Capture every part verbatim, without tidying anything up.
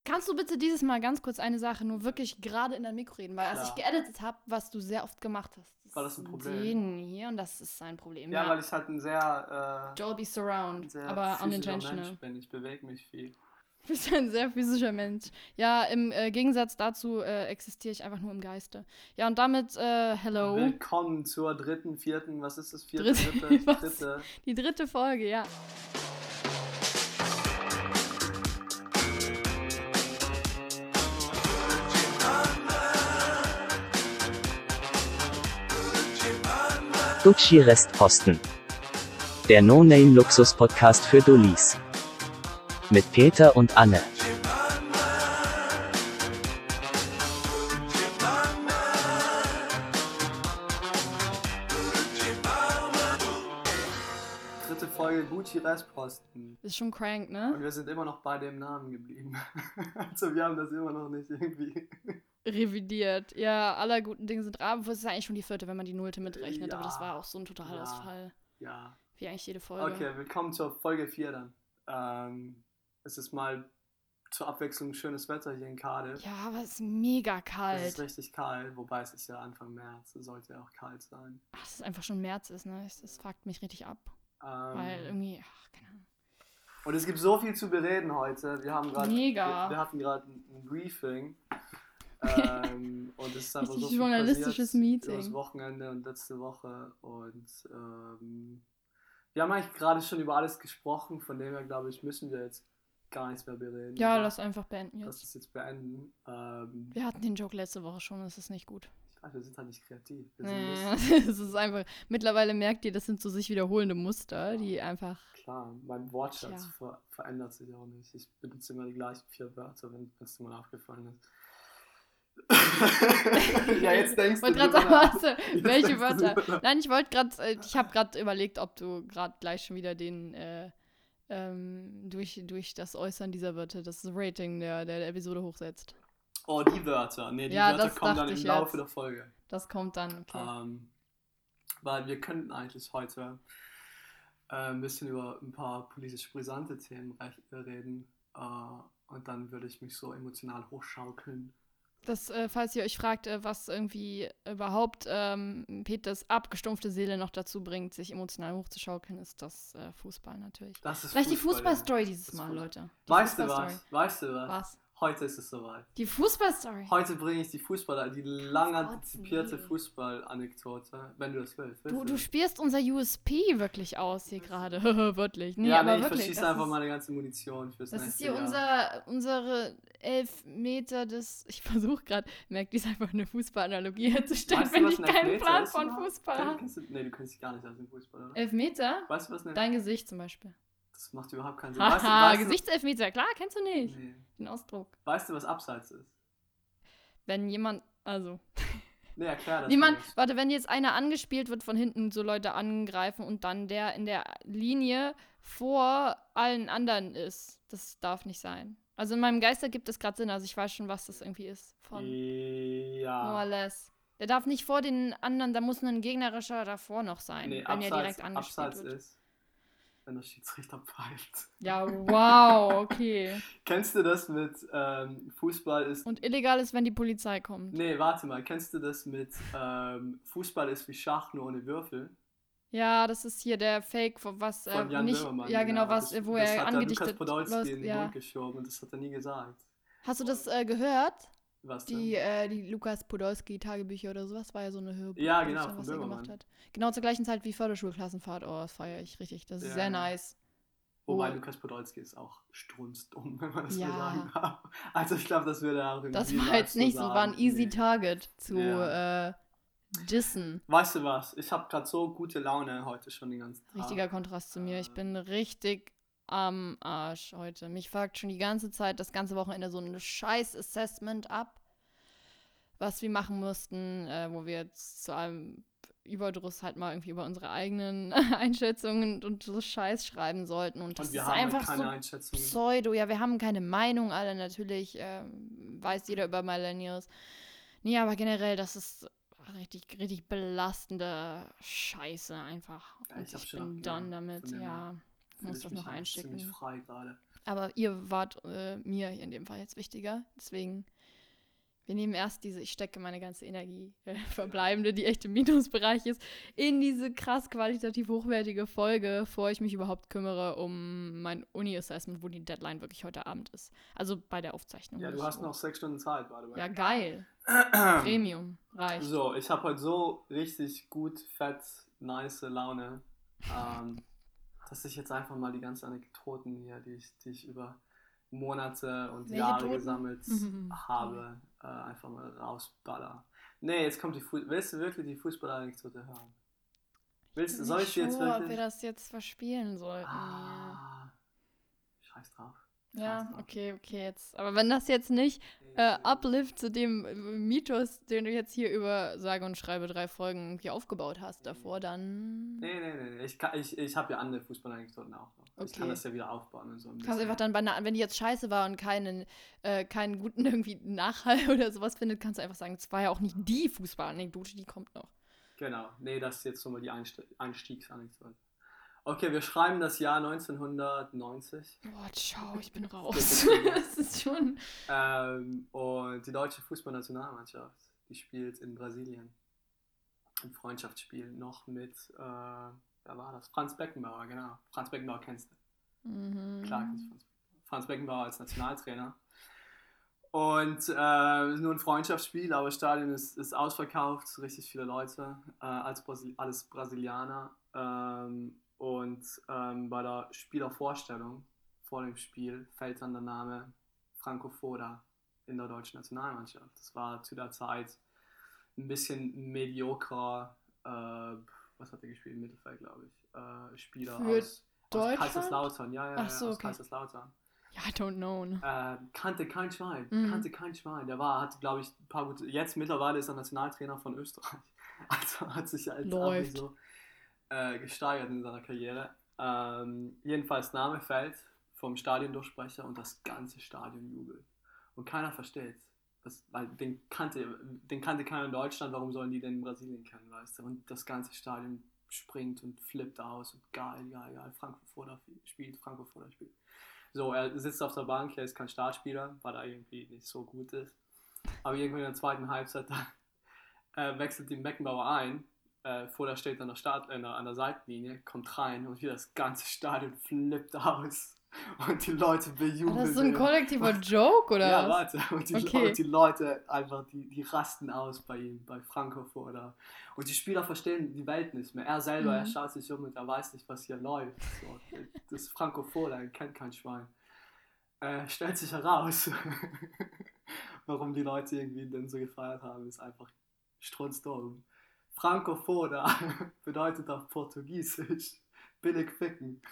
Kannst du bitte dieses Mal ganz kurz eine Sache nur wirklich gerade in dein Mikro reden? Weil als Klar. ich geeditet habe, was du sehr oft gemacht hast, War das ein Problem? Den hier und das ist ein Problem. Ja, Ja, weil ich halt ein sehr, äh, Dolby ein Surround, sehr aber physischer unintentional. Mensch bin. Ich bewege mich viel. Du bist ein sehr physischer Mensch. Ja, im äh, Gegensatz dazu äh, existiere ich einfach nur im Geiste. Ja, und damit, äh, hello. Willkommen zur dritten, vierten, was ist das? Vierte, Dritte, dritte, was? dritte. Die dritte Folge, ja. Gucci Restposten. Der No-Name-Luxus-Podcast für Dullis. Mit Peter und Anne. Dritte Folge Gucci Restposten. Ist schon crank, Und ne? wir sind immer noch bei dem Namen geblieben. Also wir haben das immer noch nicht irgendwie. Revidiert. Ja, aller guten Dinge sind Raben. Das ist ja eigentlich schon die vierte, wenn man die Nullte mitrechnet. Ja, aber das war auch so ein Totalausfall. Ja, ja. Wie eigentlich jede Folge. Okay, willkommen zur Folge vier dann. Ähm, es ist mal zur Abwechslung schönes Wetter hier in Cardiff. Ja, aber es ist mega Es kalt. ist richtig kalt, wobei es ist ja Anfang März, es sollte ja auch kalt sein. Ach, dass es einfach schon März ist, ne? Das fuckt mich richtig ab. Ähm, Weil irgendwie, ach, keine Ahnung. Und es gibt so viel zu bereden heute. Wir haben gerade, Mega. wir, wir hatten gerade ein, ein Briefing. ähm, und es ist einfach Richtig so viel journalistisches passiert Meeting. über das Wochenende und letzte Woche. Und ähm, wir haben eigentlich gerade schon über alles gesprochen, von dem her, glaube ich, müssen wir jetzt gar nichts mehr bereden. Ja, Also, lass einfach beenden lass jetzt. es jetzt beenden. Ähm, Wir hatten den Joke letzte Woche schon, das ist nicht gut. ach, wir sind halt nicht kreativ. Wir sind Nee, lustig. es ist einfach, mittlerweile merkt ihr, das sind so sich wiederholende Muster, die einfach, Klar, mein Wortschatz Tja. ver verändert sich auch nicht. Ich benutze immer die gleichen vier Wörter, wenn es dir mal aufgefallen ist. Ja, jetzt denkst wollte du gerade drüber sagen, nach. warte, Jetzt welche denkst du Wörter? drüber nach. Nein, ich wollte gerade, ich habe gerade überlegt, ob du gerade gleich schon wieder den, äh, ähm, durch, durch das Äußern dieser Wörter das Rating der, der, der Episode hochsetzt. Oh, die Wörter. Ne, die Ja, Wörter das kommen dann dachte im ich Laufe jetzt. der Folge. Das kommt dann, okay. Ähm, weil wir könnten eigentlich heute äh, ein bisschen über ein paar politisch brisante Themen re reden. Äh, und dann würde ich mich so emotional hochschaukeln. Das, äh, falls ihr euch fragt, äh, was irgendwie überhaupt ähm, Peters abgestumpfte Seele noch dazu bringt, sich emotional hochzuschaukeln, ist das äh, Fußball natürlich. Das ist Vielleicht die Fußball, Fußballstory ja. dieses Das ist Mal, Fußball. Leute. Die Weißt du Fußballstory. was? Weißt du was? Was? Heute ist es soweit. Die Fußballstory. Heute bringe ich die Fußball, die lang Gott, antizipierte nee. Fußball-Anekdote, wenn du das willst. willst Du, du spielst unser U S P wirklich aus hier gerade. Wörtlich. Nee, ja, aber nee, ich wirklich. verschieße Das einfach ist, meine ganze Munition fürs das ist nächste hier Jahr. unser, unsere elf Meter des. Ich versuche gerade, merkt, dies einfach eine Fußballanalogie herzustellen, Weißt du, wenn was ich ein keinen Elfmeter Plan ist von überhaupt? Fußball Kenn- habe. kennst du, nee, du kennst dich gar nicht aus dem Fußball, oder? Elf Meter? Weißt du, was eine Dein Gesicht zum Beispiel. Das macht überhaupt keinen Sinn. Weißt du, Haha, weißt du, Gesichtselfmeter, klar, kennst du nicht. nee. Den Ausdruck. Weißt du, was Abseits ist? Wenn jemand, also, Nee, erklär das niemand, mal. warte, wenn jetzt einer angespielt wird, von hinten so Leute angreifen und dann der in der Linie vor allen anderen ist, das darf nicht sein. Also in meinem Geist ergibt es gerade Sinn, also ich weiß schon, was das irgendwie ist. Von more or Ja. less. Der darf nicht vor den anderen, da muss ein gegnerischer davor noch sein, Nee, wenn Abseits, er direkt angespielt Abseits wird. ist, wenn der Schiedsrichter pfeift. Ja, wow, okay. Kennst du das mit ähm, Fußball ist... Und illegal ist, wenn die Polizei kommt. Nee, warte mal. Kennst du das mit ähm, Fußball ist wie Schach, nur ohne Würfel? Ja, das ist hier der Fake, von was Von äh, Jan nicht, Böhmermann. ja genau, was, das, wo das er hat angedichtet der Lukas Podolski was, in den ja. Mund geschoben und das hat er nie gesagt. Hast du das äh, gehört? Was Die, denn? äh, die Lukas Podolski Tagebücher oder sowas, war ja so eine Hörbuch. Ja, genau, von was er Böhmermann. gemacht hat. Genau zur gleichen Zeit wie Förderschulklassenfahrt. Oh, das feiere ich richtig. Das ist Ja. sehr nice. Wobei Oh. Lukas Podolski ist auch strunzdumm, wenn man das Ja. so sagen darf. Also ich glaube, das würde er auch irgendwie Das live war jetzt nicht so, sagen. war ein easy Nee. Target zu Ja. äh, dissen. Weißt du was? Ich habe gerade so gute Laune heute schon den ganzen Tag. Richtiger Kontrast zu mir. Ich bin richtig am Arsch heute. Mich fuckt schon die ganze Zeit, das ganze Wochenende so ein scheiß Assessment ab, was wir machen mussten, äh, wo wir jetzt zu einem Überdruss halt mal irgendwie über unsere eigenen Einschätzungen und so Scheiß schreiben sollten. Und das Und wir ist haben einfach keine so Einschätzung. Pseudo. Ja, wir haben keine Meinung, alle natürlich ähm, weiß jeder über Millennials. Nee, aber generell, das ist richtig, richtig belastende Scheiße einfach. Ja, Und ich hab ich schon bin abgegeben. done damit, Von dem ja. Fühle Muss ich das mich noch eigentlich ziemlich einstecken. frei gerade. Aber ihr wart äh, mir in dem Fall jetzt wichtiger. Deswegen, wir nehmen erst diese, ich stecke meine ganze Energie, äh, verbleibende, die echt im Minusbereich ist, in diese krass qualitativ hochwertige Folge, bevor ich mich überhaupt kümmere um mein Uni-Assessment, wo die Deadline wirklich heute Abend ist. Also bei der Aufzeichnung. Ja, du nicht hast so. noch sechs Stunden Zeit, warte mal. Ja, geil. Premium. Reicht. So, ich habe heute so richtig gut, fett, nice Laune, ähm, dass ich jetzt einfach mal die ganzen Anekdoten hier, die ich, die ich über Monate und Welche Jahre Toten? gesammelt Mhm. habe, äh, einfach mal rausballer. Nee, jetzt kommt die Fußball. Willst du wirklich die Fußballanekdote hören? Willst, Bin soll nicht ich die jetzt sure, ob wirklich? wir das jetzt verspielen sollten. Ah, scheiß drauf. Ja, ja Scheiß drauf. okay, okay, jetzt. Aber wenn das jetzt nicht äh, uplift zu dem äh, Mythos, den du jetzt hier über sage und schreibe drei Folgen irgendwie aufgebaut hast davor, dann Nee, nee, nee, nee. Ich, kann- ich, ich habe ja andere Fußballanekdoten auch noch. Ich kann Okay. das ja wieder aufbauen und so ein kannst bisschen. einfach dann, bei einer, wenn die jetzt scheiße war und keinen, äh, keinen guten irgendwie Nachhall oder sowas findet, kannst du einfach sagen, es war ja auch nicht die Fußballanekdote, die kommt noch. Genau, nee, das ist jetzt nochmal die Einst- Einstiegsanekdote. Okay, wir schreiben das Jahr neunzehnhundertneunzig Boah, ciao, ich bin raus. Das ist schon... ähm, und die deutsche Fußballnationalmannschaft, die spielt in Brasilien ein Freundschaftsspiel noch mit, äh, wer war das? Franz Beckenbauer, genau. Franz Beckenbauer kennst du. Mhm. Klar kennst du Franz, Franz Beckenbauer als Nationaltrainer. Und äh, nur ein Freundschaftsspiel, aber das Stadion ist, ist ausverkauft, richtig viele Leute, äh, als Brasil- alles Brasilianer. Ähm, und ähm, bei der Spielervorstellung vor dem Spiel fällt dann der Name Franco Foda in der deutschen Nationalmannschaft. Das war zu der Zeit ein bisschen mediokrer, äh, was hat er gespielt? Im Mittelfeld, glaube ich. Äh, Spieler Für aus, aus Deutschland? Kaiserslautern. Ja, ja, Ach ja, so, aus okay. Kaiserslautern. Ja, I don't know. Äh, kannte kein Schwein, Mhm. kannte kein Schwein. Der war, hatte, glaube ich, ein paar gute. Jetzt mittlerweile ist er Nationaltrainer von Österreich. Also hat sich als auch Läuft. nicht so äh, gesteigert in seiner Karriere. Ähm, jedenfalls Name fällt vom Stadiondurchsprecher und das ganze Stadion jubelt. Und keiner versteht. Das, weil den kannte, den kannte keiner in Deutschland, warum sollen die denn in Brasilien kennen, weißt du? Und das ganze Stadion springt und flippt aus und geil, geil, geil. Franco Foda spielt, Franco Foda spielt. So, er sitzt auf der Bank, er ist kein Startspieler, weil er irgendwie nicht so gut ist. Aber irgendwie in der zweiten Halbzeit dann, äh, wechselt die Beckenbauer ein. Äh, Foda steht an der, Start, äh, an der Seitenlinie, kommt rein und wieder das ganze Stadion flippt aus. Und die Leute bejubeln. Ah, das ist so ein ihn. kollektiver Joke, oder Ja, was? warte. Und die, Okay. und die Leute einfach, die, die rasten aus bei ihm, bei Franco Foda. Und die Spieler verstehen die Welt nicht mehr. Er selber, Mhm. er schaut sich um und er weiß nicht, was hier läuft. So, das ist Franco Foda, er kennt kein Schwein. Äh, stellt sich heraus, warum die Leute irgendwie den so gefeiert haben, ist einfach strunzdumm. Franco Foda bedeutet auf Portugiesisch billig ficken.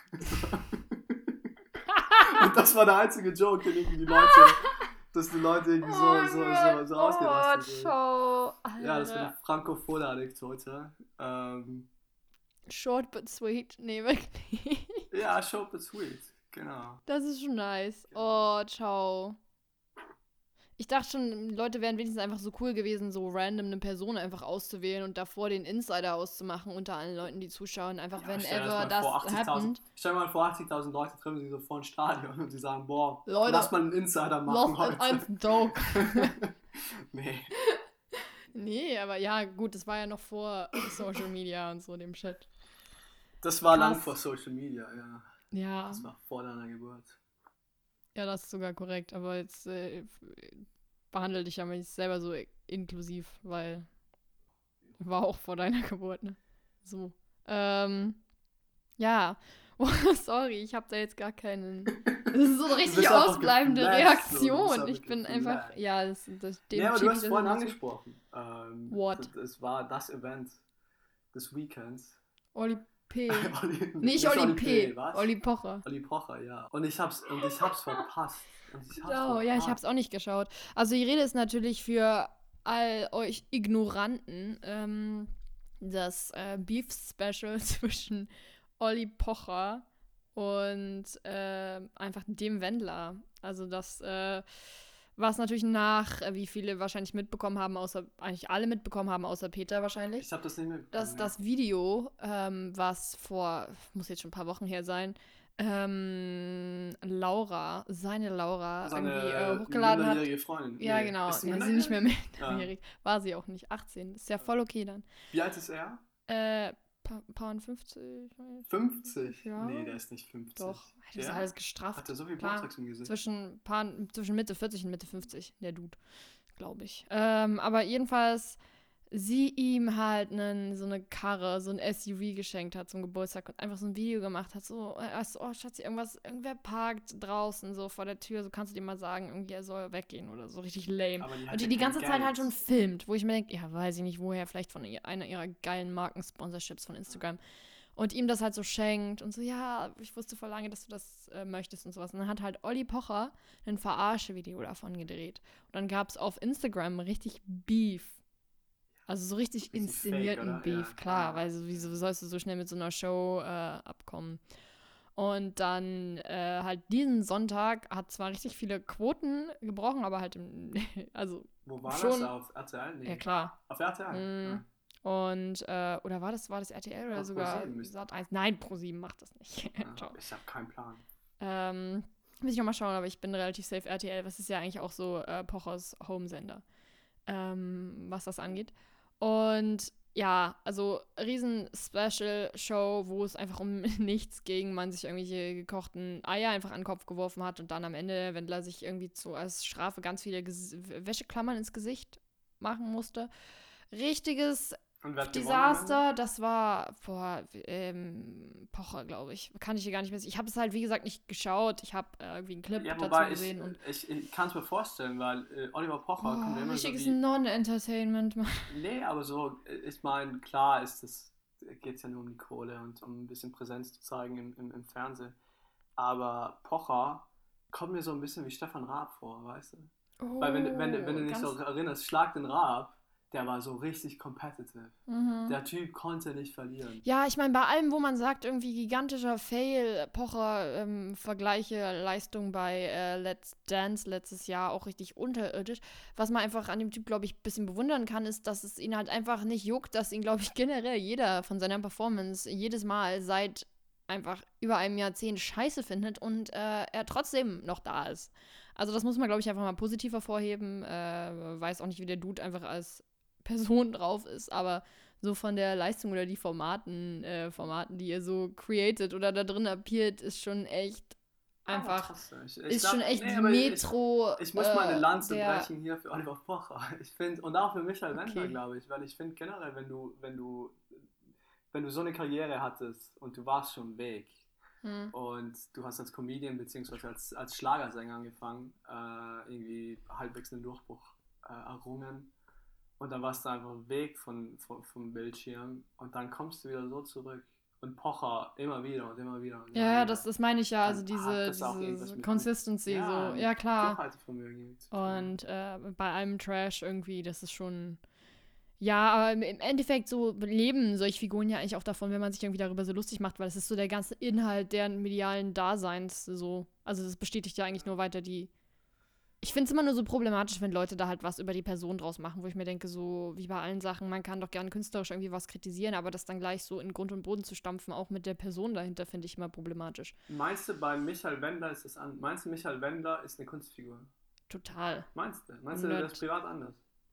Und das war der einzige Joke, den irgendwie die Leute, dass die Leute irgendwie so, Oh so, mein so, so Gott, ausgerastet sind. schau. Ja, das war Alter. die Franco Foda-Anekdote. Ähm, Short but sweet. Nee, wirklich. ja, short but sweet, genau. Das ist schon nice. Oh, ciao. Ich dachte schon, Leute wären wenigstens einfach so cool gewesen, so random eine Person einfach auszuwählen und davor den Insider auszumachen unter allen Leuten, die zuschauen. Einfach, Ja, stell dir whenever mal das vor, achtzigtausend happened. Stell dir mal vor, achtzigtausend Leute treffen sich so vor ein Stadion und die sagen, boah, Leute, lass mal einen Insider machen Lost heute. als Joke. Nee. Nee, aber ja, gut, das war ja noch vor Social Media und so, dem Shit. Das war lang Krass. vor Social Media, ja. Ja, Das war vor deiner Geburt. ja, das ist sogar korrekt, aber jetzt äh, behandle dich ja mal nicht selber so inklusiv, weil war auch vor deiner Geburt, ne? So. Ähm, ja. Oh, sorry, ich habe da jetzt gar keinen. Das ist so eine richtig bist einfach ausbleibende geflasht, so. Du bist Reaktion. einfach Ich bin einfach. geflasht. Ja, das, das dem Ja, aber du schieb hast ich es das vorhin immer zu. angesprochen. Ähm, What? Es war das Event des Weekends. Oli P. Oli, Nicht Oli P. was? Oli Pocher. Oli Pocher, ja. Und ich hab's, und ich hab's verpasst. Und ich hab's Oh, ja, ich hab's auch nicht geschaut. Also die Rede ist natürlich für all euch Ignoranten ähm, das äh, Beef-Special zwischen Oli Pocher und äh, einfach dem Wendler. Also das äh, war es natürlich nach, äh, wie viele wahrscheinlich mitbekommen haben, außer, eigentlich alle mitbekommen haben, außer Peter wahrscheinlich. Ich hab das nicht mehr. Das, das Video, ähm, was vor, muss jetzt schon ein paar Wochen her sein, ähm, Laura, seine Laura, Seine irgendwie äh, hochgeladen hat. minderjährige Freundin. Ja, Nee, genau. ist sie Ja, sie nicht mehr minderjährig? minderjährig. War sie auch nicht. achtzehn. Ist ja voll okay dann. Wie alt ist er? Äh, pa paar fünfzig. fünfzig? Ja. Nee, der ist nicht fünfzig. Doch. Das ist Der alles gestrafft. hat er so viel Klar. Botox im Gesicht? Zwischen, paar, zwischen Mitte vierzig und Mitte fünfzig, der Dude, glaube ich. Ähm, aber jedenfalls sie ihm halt einen, so eine Karre, so ein S U V geschenkt hat zum Geburtstag und einfach so ein Video gemacht hat, so, äh, so oh Schatzi, irgendwas, irgendwer parkt draußen so vor der Tür, so kannst du dir mal sagen, irgendwie er soll weggehen oder so, richtig lame. Aber die hat Und die ja die kein ganze Zeit Geld. halt schon filmt, wo ich mir denke, ja, weiß ich nicht, woher, vielleicht von ihr, einer ihrer geilen Marken-Sponsorships von Instagram. Und ihm das halt so schenkt und so, ja, ich wusste vor lange, dass du das äh, möchtest und sowas. Und dann hat halt Olli Pocher ein Verarsche-Video davon gedreht. Und dann gab es auf Instagram richtig Beef. Also so richtig Richtig inszenierten fake, oder? Beef, Ja, klar, klar. weil so, wieso sollst du so schnell mit so einer Show äh, abkommen? Und dann äh, halt diesen Sonntag hat zwar richtig viele Quoten gebrochen, aber halt, im, also Wo war schon, das? Auf R T L? Nee. ja klar. Auf R T L? Mm. Ja. Und, äh, oder war das, war das R T L oder Auf sogar ProSieben müsste- Sat eins? Nein, ProSieben macht das nicht. Ja, Ciao. ich habe keinen Plan. Ähm, muss ich nochmal schauen, aber ich bin relativ safe R T L, was ist ja eigentlich auch so äh, Pochers Home-Sender, ähm, was das angeht. Und ja, also riesen Special-Show, wo es einfach um nichts ging, man sich irgendwelche gekochten Eier einfach an den Kopf geworfen hat und dann am Ende Wendler sich irgendwie so als Strafe ganz viele Ges- Wäscheklammern ins Gesicht machen musste. Richtiges Und wer hat Desaster, das war, boah, ähm, Pocher, glaube ich. Kann ich hier gar nicht mehr. Ich habe es halt, wie gesagt, nicht geschaut. Ich habe äh, irgendwie einen Clip Ja, dazu wobei ich, gesehen. Und ich, ich kann es mir vorstellen, weil äh, Oliver Pocher kommt ja oh, immer so richtiges wie... Non-Entertainment. Nee, aber so, äh, ich meine, klar ist es, geht es ja nur um die Kohle und um ein bisschen Präsenz zu zeigen im, im, im Fernsehen. Aber Pocher kommt mir so ein bisschen wie Stefan Raab vor, weißt du? Oh, Weil wenn, du- wenn, du- wenn du dich ganz, so erinnerst, Schlag den Raab, der war so richtig competitive. Mhm. Der Typ konnte nicht verlieren. Ja, ich meine, bei allem, wo man sagt, irgendwie gigantischer Fail, Pocher, ähm, Vergleiche, Leistung bei äh, Let's Dance letztes Jahr auch richtig unterirdisch. Was man einfach an dem Typ, glaube ich, ein bisschen bewundern kann, ist, dass es ihn halt einfach nicht juckt, dass ihn, glaube ich, generell jeder von seiner Performance jedes Mal seit einfach über einem Jahrzehnt scheiße findet und äh, er trotzdem noch da ist. Also das muss man, glaube ich, einfach mal positiv hervorheben. Äh, weiß auch nicht, wie der Dude einfach als Person drauf ist, aber so von der Leistung oder die Formaten, äh, Formaten, die ihr so created oder da drin appeared, ist schon echt einfach, Aber ich, ich ist glaub, schon echt nee, aber ich- Metro. Ich muss mal eine äh, Lanze der, brechen hier für Oliver Pocher. Ich finde, und auch für Michael Wendler, Okay. glaube ich, weil ich finde generell, wenn du, wenn du, wenn du so eine Karriere hattest und du warst schon weg Hm. und du hast als Comedian bzw. als, als Schlagersänger angefangen, äh, irgendwie halbwegs einen Durchbruch äh, errungen und dann warst du einfach weg von, von, vom Bildschirm und dann kommst du wieder so zurück. Und Pocher immer wieder und immer wieder. Und immer Ja, wieder. das, das meine ich ja, also Dann diese, hat das auch irgendwas diese mit- Consistency, Ja, so, ja klar. Durchhaltevermögen zu tun. Und äh, bei allem Trash irgendwie, das ist schon. Ja, aber im- im Endeffekt so leben solche Figuren ja eigentlich auch davon, wenn man sich irgendwie darüber so lustig macht, weil es ist so der ganze Inhalt deren medialen Daseins so. Also das bestätigt ja eigentlich nur weiter die. Ich finde es immer nur so problematisch, wenn Leute da halt was über die Person draus machen, wo ich mir denke, so wie bei allen Sachen, man kann doch gerne künstlerisch irgendwie was kritisieren, aber das dann gleich so in Grund und Boden zu stampfen, auch mit der Person dahinter, finde ich immer problematisch. Meinst du, bei Michael Wendler ist das an? Meinst du, Michael Wendler ist eine Kunstfigur? Total. Meinst du? Meinst du, Hundert. das ist privat anders?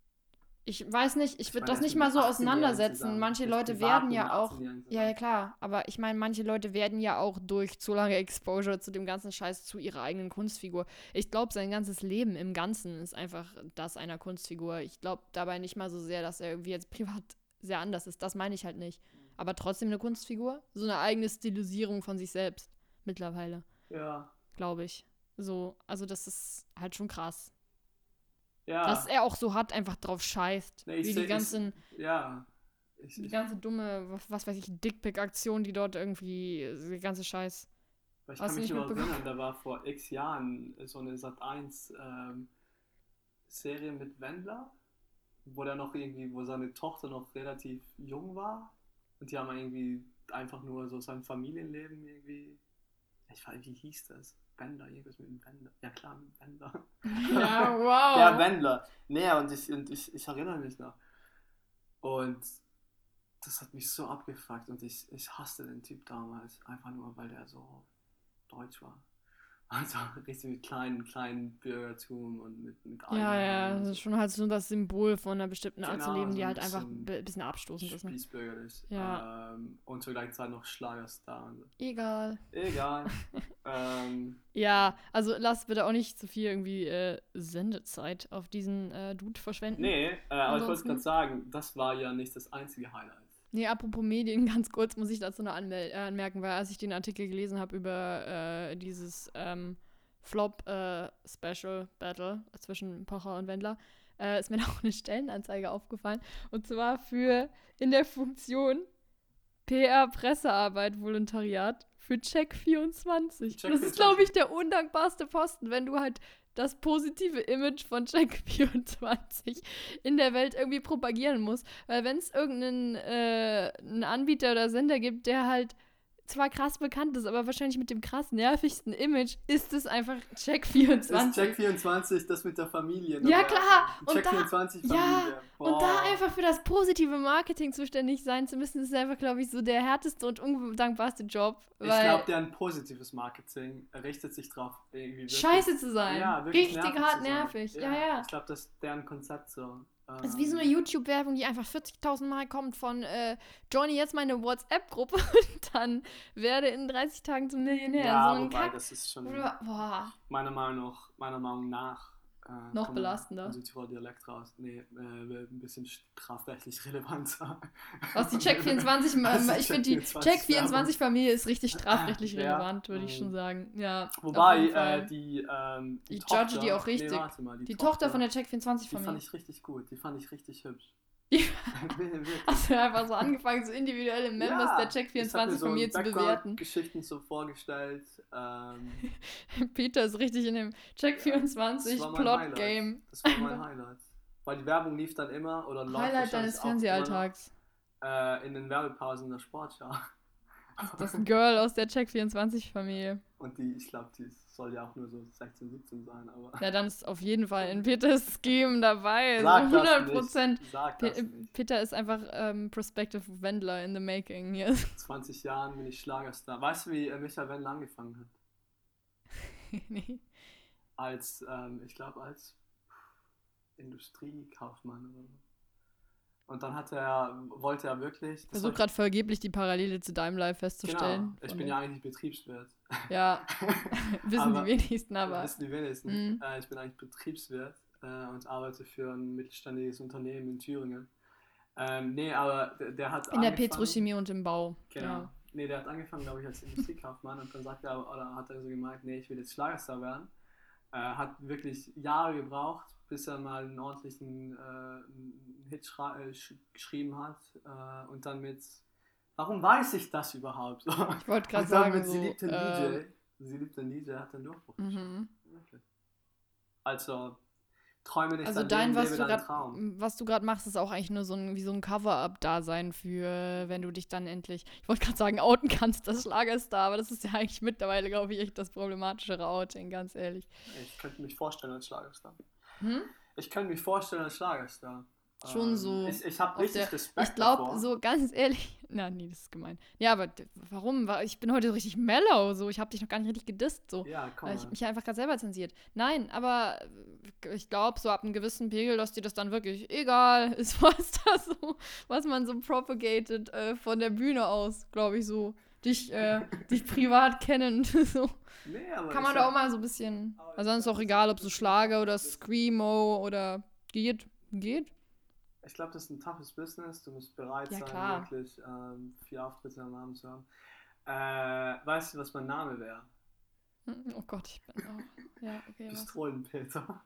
Ich weiß nicht, ich Ich würde meine, das er ist nicht mit mal so einem achtzehnjährigen auseinandersetzen. zusammen. Manche Er ist Leute privat werden mit ja einem auch. achtzehnjährigen Ja, ja, zusammen. klar. Aber ich meine, manche Leute werden ja auch durch zu lange Exposure zu dem ganzen Scheiß zu ihrer eigenen Kunstfigur. Ich glaube, sein ganzes Leben im Ganzen ist einfach das einer Kunstfigur. Ich glaube dabei nicht mal so sehr, dass er irgendwie jetzt privat sehr anders ist. Das meine ich halt nicht. Aber trotzdem eine Kunstfigur. So eine eigene Stilisierung von sich selbst. Mittlerweile, Ja. glaube ich. So, also das ist halt schon krass. Ja. Dass er auch so hat, einfach drauf scheißt. Nee, ich wie seh- die ganzen. Ich, ja. Ich, Die ich, ganze dumme, was, was weiß ich, Dickpick-Aktion, die dort irgendwie, der ganze Scheiß. ich hast kann du mich nicht nur mitbekommen? erinnern, da war vor x Jahren so eine Sat eins ähm, Serie mit Wendler, wo der noch irgendwie, wo seine Tochter noch relativ jung war und die haben irgendwie einfach nur so sein Familienleben irgendwie, ich weiß, wie hieß das? Wendler, irgendwas mit dem Wendler. Ja klar, mit dem Wendler. Ja, wow. Der Wendler. Nee, und ich, und ich, ich erinnere mich noch. Und das hat mich so abgefuckt und ich, ich hasste den Typ damals. Einfach nur, weil der so deutsch war. Also richtig mit kleinen, kleinen Bürgertum und mit, mit Ja, ja, Eigenheim und das so. ist schon halt so das Symbol von einer bestimmten Art zu Genau, leben, so die ein halt einfach ein bisschen bisschen abstoßend ist. Ne? spießbürgerlich. Ja. Ähm, und zur gleichen Zeit noch Schlagerstar und so. Egal. Egal. ähm, Ja, also lass bitte auch nicht zu viel irgendwie äh, Sendezeit auf diesen äh, Dude verschwenden. nee, äh, aber ich wollte Ansonsten- gerade sagen, das war ja nicht das einzige Highlight. Nee, apropos Medien, ganz kurz muss ich dazu noch anmel- äh, anmerken, weil als ich den Artikel gelesen habe über äh, dieses ähm, Flop-Special Battle zwischen Pocher und Wendler, äh, ist mir noch eine Stellenanzeige aufgefallen. Und zwar für in der Funktion P R-Pressearbeit, Volontariat für Check vierundzwanzig. Check das ist, glaube ich, der undankbarste Posten, wenn du halt das positive Image von Check vierundzwanzig in der Welt irgendwie propagieren musst. Weil wenn es irgendeinen äh, einen Anbieter oder Sender gibt, der halt zwar krass bekannt ist, aber wahrscheinlich mit dem krass nervigsten Image, ist es einfach Check vierundzwanzig. Ist Check vierundzwanzig das mit der Familie? Ne? Ja, klar. Die Und Check da- vierundzwanzig ja, Familie. Und da Boah. einfach für das positive Marketing zuständig sein zu müssen, ist einfach, glaube ich, so der härteste und undankbarste Job. Ich Weil glaube, deren positives Marketing richtet sich drauf, irgendwie wirklich, scheiße zu sein. ja, wirklich Richtig nervig hart zu sein. nervig. Ja, ja. Ich glaube, das ist deren Konzept so. Es ist wie so eine YouTube-Werbung, die einfach vierzigtausend Mal kommt von äh, Johnny, jetzt meine WhatsApp-Gruppe und dann werde in dreißig Tagen zum Millionär. Ja, so ein wobei Kack. das ist schon Boah. meiner Meinung nach, meiner Meinung nach äh, Noch kommt belastender. ein Südtiroler Dialekt raus. Nee, äh, ein bisschen strafrechtlich relevanter. Was die Check vierundzwanzig, Was die ich finde die vierundzwanzig Check vierundzwanzig-Familie ist richtig strafrechtlich Ja, relevant, würde ich ähm, schon sagen. Ja, auf Wobei jeden Fall. äh, die, ähm, Ich Tochter, judge die auch richtig. Nee, warte mal, die, Die Tochter von der Check die fand vierundzwanzig-Familie. ich richtig gut. Die fand ich richtig hübsch. Die- Wirklich. Hast du einfach so angefangen, so individuelle Members Ja, der Check vierundzwanzig-Familie zu bewerten? Geschichten so vorgestellt. Ähm, Peter ist richtig in dem Check vierundzwanzig das war mein Plot-Game. Das war mein Highlight. Weil die Werbung lief dann immer oder läuft Highlight wahrscheinlich deines auch immer noch, Fernsehalltags. äh, in den Werbepausen der Sportschau. Das Girl aus der Check vierundzwanzig-Familie. Und die, ich glaube, die soll ja auch nur so sechzehn, siebzehn sein, aber. Ja, dann ist auf jeden Fall in Peters Scheme dabei. Sag so das hundert Prozent. nicht. Sag Pe das nicht. Peter ist einfach ähm, Prospective Wendler in the making hier. zwanzig Jahren bin ich Schlagerstar. Weißt du, wie äh, Michael Wendler angefangen hat? Nee. Als, ähm, ich glaube, als Industriekaufmann oder so. Und dann hat er, wollte er wirklich. Ich versuche gerade vergeblich die Parallele zu deinem Live festzustellen. Genau, ich Von bin dem- ja eigentlich Betriebswirt. Ja, wissen Aber- die wenigsten, aber. Wissen die wenigsten. Mhm. Äh, ich bin eigentlich Betriebswirt äh, und arbeite für ein mittelständiges Unternehmen in Thüringen. Ähm, nee, aber der, der hat In der angefangen- Petrochemie und im Bau. Genau. Ja. Nee, der hat angefangen, glaube ich, als Industriekaufmann und dann sagt er, oder hat er so gemeint, nee, ich will jetzt Schlagerstar werden. Äh, hat wirklich Jahre gebraucht, bis er mal einen ordentlichen äh, einen Hit schra- äh, sch- geschrieben hat. Äh, und dann mit, warum weiß ich das überhaupt? Ich wollte gerade Und dann sagen, mit so, Sie liebt den ähm, D J. Sie liebt den D J, hat den Durchbruch geschafft. mhm. Okay. Also, träume nicht Also dein dein, Leben, was lebe du deinen grad, Traum. was du gerade machst, ist auch eigentlich nur so ein, wie so ein Cover-Up-Dasein für, wenn du dich dann endlich, ich wollte gerade sagen, outen kannst, das Schlagerstar, aber das ist ja eigentlich mittlerweile, glaube ich, echt das problematischere Outing, ganz ehrlich. Ich könnte mich vorstellen als Schlagerstar. Hm? Ich könnte mich vorstellen als Schlagerstar. Schon Ähm, so Ich, ich habe auf richtig der- Respekt Ich glaube, davor. so ganz ehrlich, na, nee, das ist gemein. Ja, aber d- warum? Wa- Ich bin heute richtig mellow, so, ich habe dich noch gar nicht richtig gedisst, so. Ja, komm Weil ich mal. mich einfach gerade selber zensiert. Nein, aber äh, ich glaube, so ab einem gewissen Pegel, dass dir das dann wirklich egal ist, was da so, was man so propagated äh, von der Bühne aus, glaube ich, so. Dich, äh, dich privat kennen, so. Nee, aber Kann ich man da hab- auch mal so ein bisschen. Aber ich Also dann ist glaub, auch das egal, ist ob so ein Schlager oder toughes Screamo oder geht. Geht? Ich glaube, das ist ein toughes Business. Du musst bereit Ja, sein, klar. wirklich ähm, vier Auftritte am Abend zu haben. Äh, weißt du, was mein Name wäre? Hm, Oh Gott, ich bin auch. Ja, okay. Was? Pistolenpeter.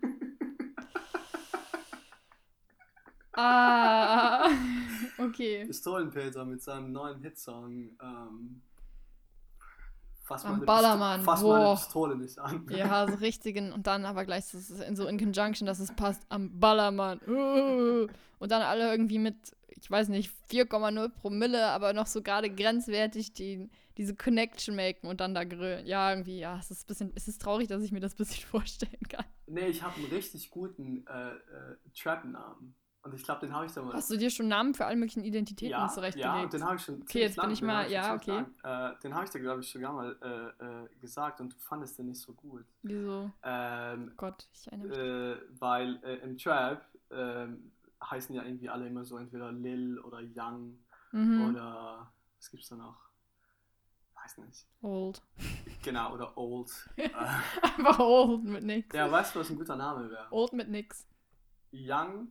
Ah, okay. Pistolenpeter mit seinem neuen Hitsong. Ähm, fass Am meine Ballermann, Pisto- Fass meine boah. Pistole nicht an. Ja, so richtigen und dann aber gleich so in, so in Conjunction, dass es passt am Ballermann. Uh, Und dann alle irgendwie mit, ich weiß nicht, vier Komma null Promille, aber noch so gerade grenzwertig die, diese Connection machen und dann da grölen. Ja, irgendwie, ja, es ist ein bisschen, es ist traurig, dass ich mir das ein bisschen vorstellen kann. Nee, ich habe einen richtig guten äh, äh, Trap-Namen. Und ich glaube, den habe ich da mal... Hast du dir schon Namen für alle möglichen Identitäten ja, zurechtgelegt? Ja, und den habe ich schon Okay, jetzt bin ich mal... Ja, okay. Äh, den habe ich dir, glaube ich, sogar mal äh, äh, gesagt und du fandest den nicht so gut. Wieso? Ähm, oh Gott, ich erinnere mich. Äh, weil äh, im Trap äh, heißen ja irgendwie alle immer so entweder Lil oder Young Mhm. oder... Was gibt's da noch? Weiß nicht. Old. Genau, oder Old. äh, Einfach Old mit nix. ja, weißt du, was ein guter Name wäre? Old mit nix. Young,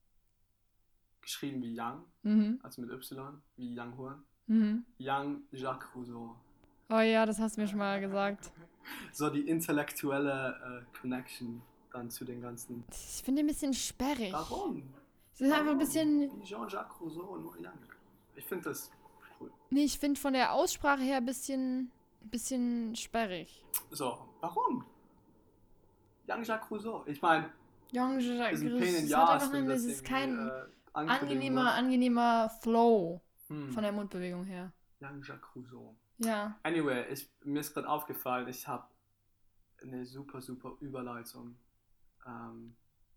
geschrieben wie Young, Mhm. also mit Y, wie Young Horn. Mhm. Young Jacques Rousseau. Oh ja, das hast du mir schon mal gesagt. So die intellektuelle äh, Connection dann zu den ganzen... Ich finde den ein bisschen sperrig. Warum? Es ist einfach ein Warum? bisschen... Wie Jean-Jacques Rousseau, nur Young. Ich finde das cool. Nee, ich finde von der Aussprache her ein bisschen, bisschen sperrig. So, warum? Young Jacques Rousseau. Ich meine, Young Jacques ist ein Pain in es the hat Ass, einfach wenn ein, das es ist irgendwie, kein äh, ankündigen angenehmer, muss. angenehmer Flow Hm. von der Mundbewegung her. Young Jacques Rousseau. Ja. Anyway, ich, mir ist gerade aufgefallen, ich habe eine super, super Überleitung ähm,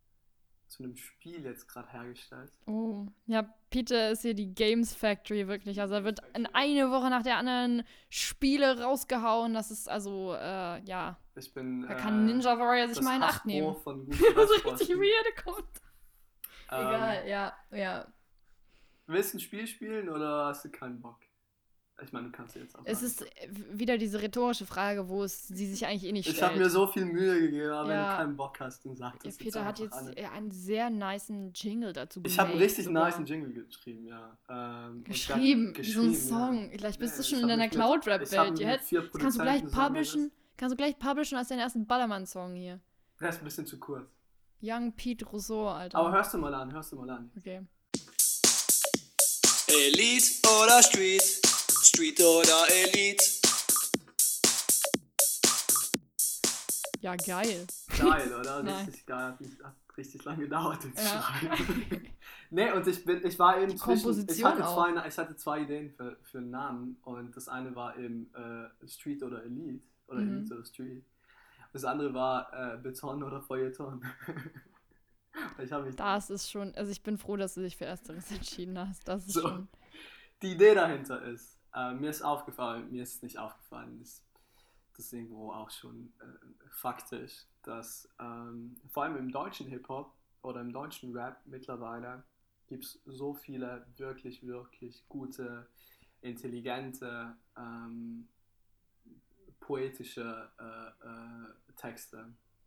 zu einem Spiel jetzt gerade hergestellt. Oh. Ja, Peter ist hier die Games Factory wirklich. Also er wird in eine Woche nach der anderen Spiele rausgehauen. Das ist also, äh, ja. Ich bin Da kann Ninja Warrior sich das mal in Acht Hasbro nehmen. von Das ist richtig Guten weird kommt. ähm, Egal, ja, ja. Willst du ein Spiel spielen oder hast du keinen Bock? Ich meine, du kannst jetzt auch Es sagen. ist wieder diese rhetorische Frage, wo es sie sich eigentlich eh nicht Ich stellt. habe mir so viel Mühe gegeben, aber Ja. wenn du keinen Bock hast, dann sag Ja, das Peter hat einfach jetzt an. äh, einen sehr nicen Jingle dazu Ich habe einen richtig sogar. nicen Jingle geschrieben, ja. Ähm, und Geschrieben, dann- so ein geschrieben, Song. Ja. Vielleicht bist Nee, du schon ich in hab deiner mich mit- Cloud-Rap-Welt. ich hab mich Jetzt mit vier kannst du gleich Produzenten zusammen publishen, kannst du gleich publishen als deinen ersten Ballermann-Song hier. Das ist ein bisschen zu kurz. Young Pete Rousseau, Alter. Aber hörst du mal an, hörst du mal an. Okay. Elite oder Street? Street oder Elite? Ja, geil. Geil, oder? Nein. Richtig geil. Hat, nicht, hat richtig lange gedauert, den zu Ja. schreiben. Nee, und ich bin, ich war eben zwischen, ich Komposition hatte, auch. zwei, ich hatte zwei Ideen für, für einen Namen und das eine war eben äh, Street oder Elite oder Mhm. Elite oder Street. Das andere war äh, Beton oder Feuilleton. ich habe mich Das ist schon, also ich bin froh, dass du dich für Ersteres entschieden hast. Das ist So. schon. Die Idee dahinter ist, äh, mir ist aufgefallen, mir ist nicht aufgefallen, ist das ist irgendwo auch schon äh, faktisch, dass ähm, vor allem im deutschen Hip-Hop oder im deutschen Rap mittlerweile gibt es so viele wirklich, wirklich gute, intelligente, ähm, poetische äh, äh, Texte.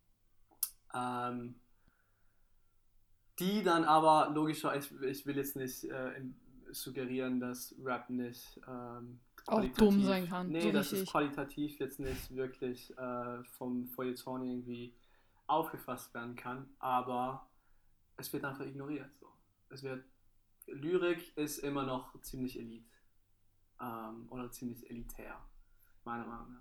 Ähm, die dann aber logischerweise, ich, ich will jetzt nicht äh, in, suggerieren, dass Rap nicht ähm, Auch qualitativ- dumm sein kann, Nee, so dass es richtig. qualitativ jetzt nicht wirklich äh, vom Feuilleton irgendwie aufgefasst werden kann, aber es wird einfach ignoriert. So. Es wird, Lyrik ist immer noch ziemlich elite ähm, oder ziemlich elitär, meiner Meinung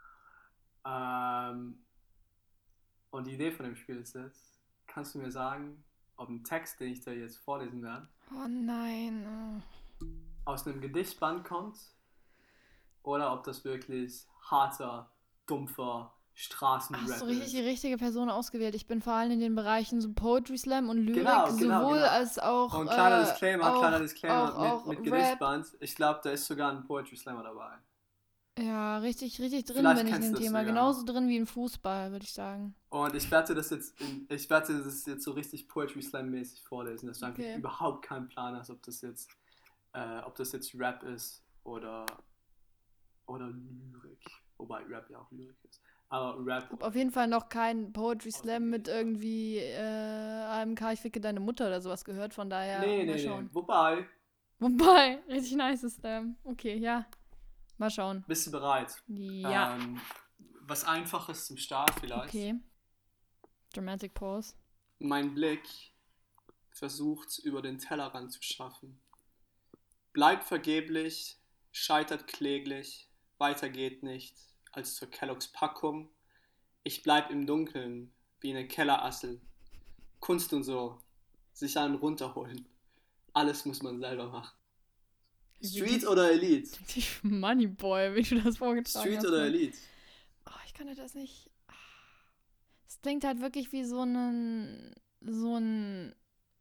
nach. Ähm, und die Idee von dem Spiel ist jetzt, kannst du mir sagen, ob ein Text, den ich dir jetzt vorlesen werde, Oh nein. aus einem Gedichtband kommt oder ob das wirklich harter, dumpfer Straßenrap Hast du ist. richtig die richtige Person ausgewählt? Ich bin vor allem in den Bereichen so Poetry Slam und Lyrik Genau, genau, sowohl genau. als auch. Und kleiner äh, Disclaimer, auch, kleiner Disclaimer auch, mit, auch mit Rap. Gedichtband. Ich glaube, da ist sogar ein Poetry Slammer dabei. Ja, richtig, richtig drin Vielleicht bin ich in kennst dem du es Thema. sogar. Genauso drin wie im Fußball, würde ich sagen. Und ich werde das jetzt, in, ich werde das jetzt so richtig Poetry Slam mäßig vorlesen, dass du einfach Okay. überhaupt keinen Plan hast, ob das jetzt, äh, ob das jetzt Rap ist oder, oder Lyrik. Wobei Rap ja auch Lyrik ist. Aber Rap. Hab auf jeden Fall noch kein Poetry Slam mit irgendwie äh, A M K, ich ficke deine Mutter oder sowas gehört, von daher nee, mal nee, schauen. nee. Wobei, Wobei, richtig nice Slam. Okay, ja. Mal schauen. bist du bereit? Ja. Ähm, was Einfaches zum Start vielleicht. Okay. Dramatic Pause. Mein Blick versucht, über den Tellerrand zu schaffen. Bleibt vergeblich, scheitert kläglich, weiter geht nicht als zur Kelloggs Packung. Ich bleib im Dunkeln, wie eine Kellerassel. Kunst und so, sich einen runterholen. Alles muss man selber machen. Street oder Elite? Moneyboy, wie du das vorgetragen Street hast. oder ne? Elite? Oh, ich kann das nicht. Es klingt halt wirklich wie so ein so ein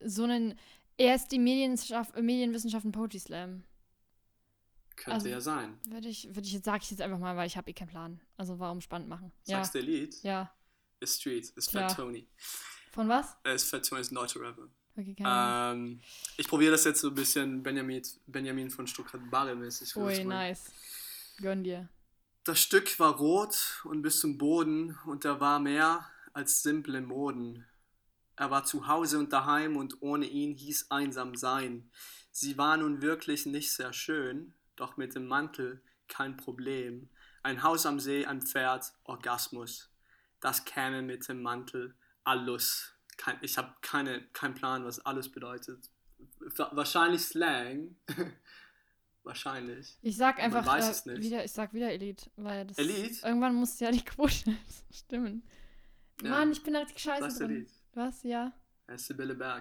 so einen, erst die Medienschaff, Medienwissenschaften Poetry Slam. Könnte Also, ja sein. Würde ich, würde ich jetzt, sag ich jetzt einfach mal, weil ich habe eh keinen Plan. Also warum spannend machen? Sagst du Ja, der Lied? ja. Ist Street, ist Klar. Fat Tony. Von was? Er ist Fat Tony, ist ein deutscher Rapper. Okay, keine Ahnung. Ähm, ich probiere das jetzt so ein bisschen Benjamin, Benjamin von Stuttgart-Barre mäßig. Ui, nice. Gönn dir. Das Stück war rot und bis zum Boden und er war mehr als simple Moden. Er war zu Hause und daheim und ohne ihn hieß einsam sein. Sie war nun wirklich nicht sehr schön, doch mit dem Mantel kein Problem. Ein Haus am See, ein Pferd, Orgasmus. Das käme mit dem Mantel alles. Kein, ich habe keine, keinen Plan, was alles bedeutet. Wahrscheinlich Slang. Wahrscheinlich. Ich sag Man einfach weiß äh, es nicht. wieder, ich sag wieder Elite, weil das Elite? irgendwann muss ja die Quote stimmen. Ja. Mann, ich bin da richtig scheiße Was drin. Elite? Was? Ja. Er ist Sibylle Berg.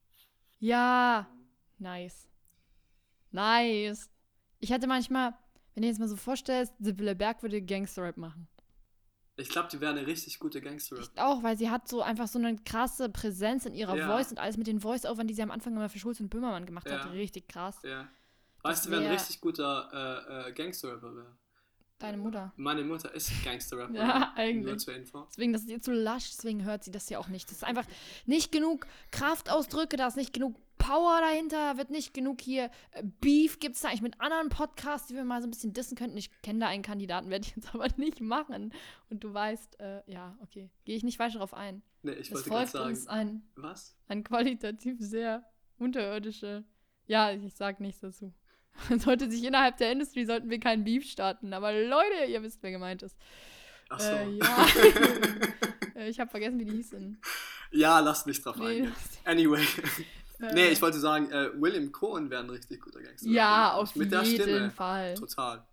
Ja. Nice. Nice. Ich hatte manchmal, wenn du dir jetzt mal so vorstellst, Sibylle Berg würde Gangster-Rap machen. Ich glaube, die wäre eine richtig gute Gangster. Ich auch, weil sie hat so einfach so eine krasse Präsenz in ihrer Ja. Voice und alles mit den Voice-Overn, die sie am Anfang immer für Schulz und Böhmermann gemacht Ja. hat. Richtig krass. Ja. Weißt Das du, wer ein wär- richtig guter äh, äh, Gangster-Rapper wäre? Deine Mutter. Meine Mutter ist Gangster-Rapper. Ja, Nur eigentlich. zur Info. Deswegen, das ist ihr zu lasch, deswegen hört sie das ja auch nicht. Das ist einfach nicht genug Kraftausdrücke, da ist nicht genug Power dahinter, wird nicht genug hier äh, Beef. Gibt es da eigentlich mit anderen Podcasts, die wir mal so ein bisschen dissen könnten? Ich kenne da einen Kandidaten, werde ich jetzt aber nicht machen. Und du weißt, äh, ja, okay, gehe ich nicht weiter darauf ein. Nee, ich Es wollte gerade folgt sagen. uns ein, Was? ein qualitativ sehr unterirdische, ja, ich sag nichts dazu. Man sollte sich innerhalb der Industrie, sollten wir keinen Beef starten. Aber Leute, ihr wisst, wer gemeint ist. Ach so. Äh, ja. Äh, ich habe vergessen, wie die hießen. Ja, lass mich drauf Nee, eingehen. das- Anyway. Äh, Nee, ich wollte sagen, äh, William Cohen wäre ein richtig guter Gangster. Ja, auf Mit jeden der Stimme. Fall. Total.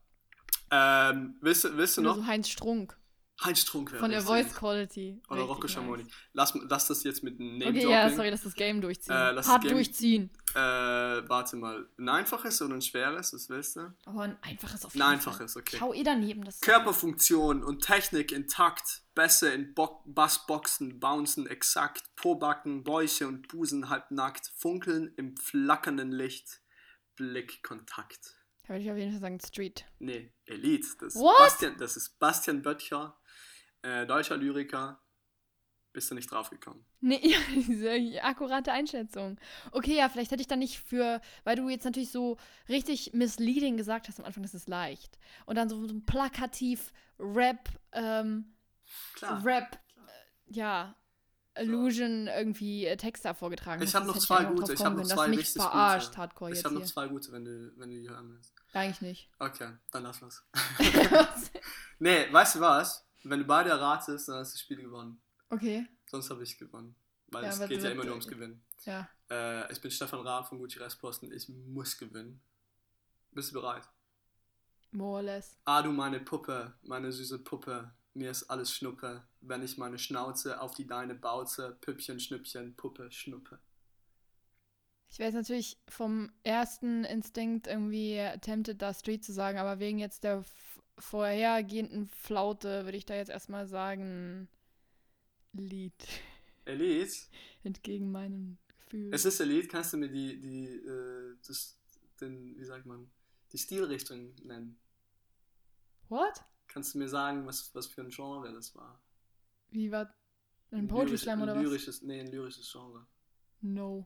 Ähm, willst, du- willst du Oder noch? so Heinz Strunk. Heinz Strunk wäre Von der richtig. Voice Quality. Oder Richtig Rocco Schamoni. nice. Lass, lass das jetzt mit einem Okay, Name-Dropping. ja, sorry, dass das Game durchziehen. Äh, lass Hart das Game- durchziehen. Äh, warte mal. Ein einfaches oder ein schweres? Was willst du? Aber ein einfaches auf Ein jeden einfaches, Fall. okay. Ich hau eh daneben. Das Körperfunktion und Technik intakt, Bässe in Bo- Bassboxen, Bouncen exakt, Pobacken, Bäuche und Busen halbnackt, Funkeln im flackernden Licht, Blickkontakt. Da würde ich auf jeden Fall sagen Street. Nee, Elite. Das ist What? Bastian, das ist Bastian Böttcher, äh, deutscher Lyriker. Bist du nicht draufgekommen? Nee, ja, diese akkurate Einschätzung. Okay, ja, vielleicht hätte ich dann nicht für, weil du jetzt natürlich so richtig misleading gesagt hast am Anfang, das ist leicht. Und dann so, so ein plakativ Rap, ähm, Klar. Rap, äh, ja, Illusion irgendwie äh, Text da vorgetragen Ich hast. habe Das noch hätte zwei einfach gute. drauf Ich habe kommen noch können. zwei Das mich richtig verarscht, gute. Hardcore Ich jetzt habe noch hier. zwei gute, wenn du, wenn du die hören willst. Eigentlich nicht. Okay, dann lass los. Nee, weißt du was? Wenn du beide erratest, dann hast du das Spiel gewonnen. Okay, Sonst habe ich gewonnen. Weil Ja, es aber geht du ja wirst- immer nur ums Gewinnen. ja. Äh, ich bin Stefan Raab von Gucci Restposten. Ich muss gewinnen. Bist du bereit? More or less. Ah, du meine Puppe, meine süße Puppe. Mir ist alles Schnuppe. Wenn ich meine Schnauze auf die deine bauze. Püppchen, Schnüppchen, Puppe, Schnuppe. Ich wäre jetzt natürlich vom ersten Instinkt irgendwie tempted, da Street zu sagen, aber wegen jetzt der f- vorhergehenden Flaute würde ich da jetzt erstmal sagen Lied. Elite? Entgegen meinem Gefühl. Es ist Elite. Kannst du mir die, die, äh, das, den, wie sagt man, die Stilrichtung nennen? What? Kannst du mir sagen, was, was für ein Genre das war? Wie war ein Poetry lyrisch- Slam oder ein was? lyrisches, Nee, ein lyrisches Genre. No.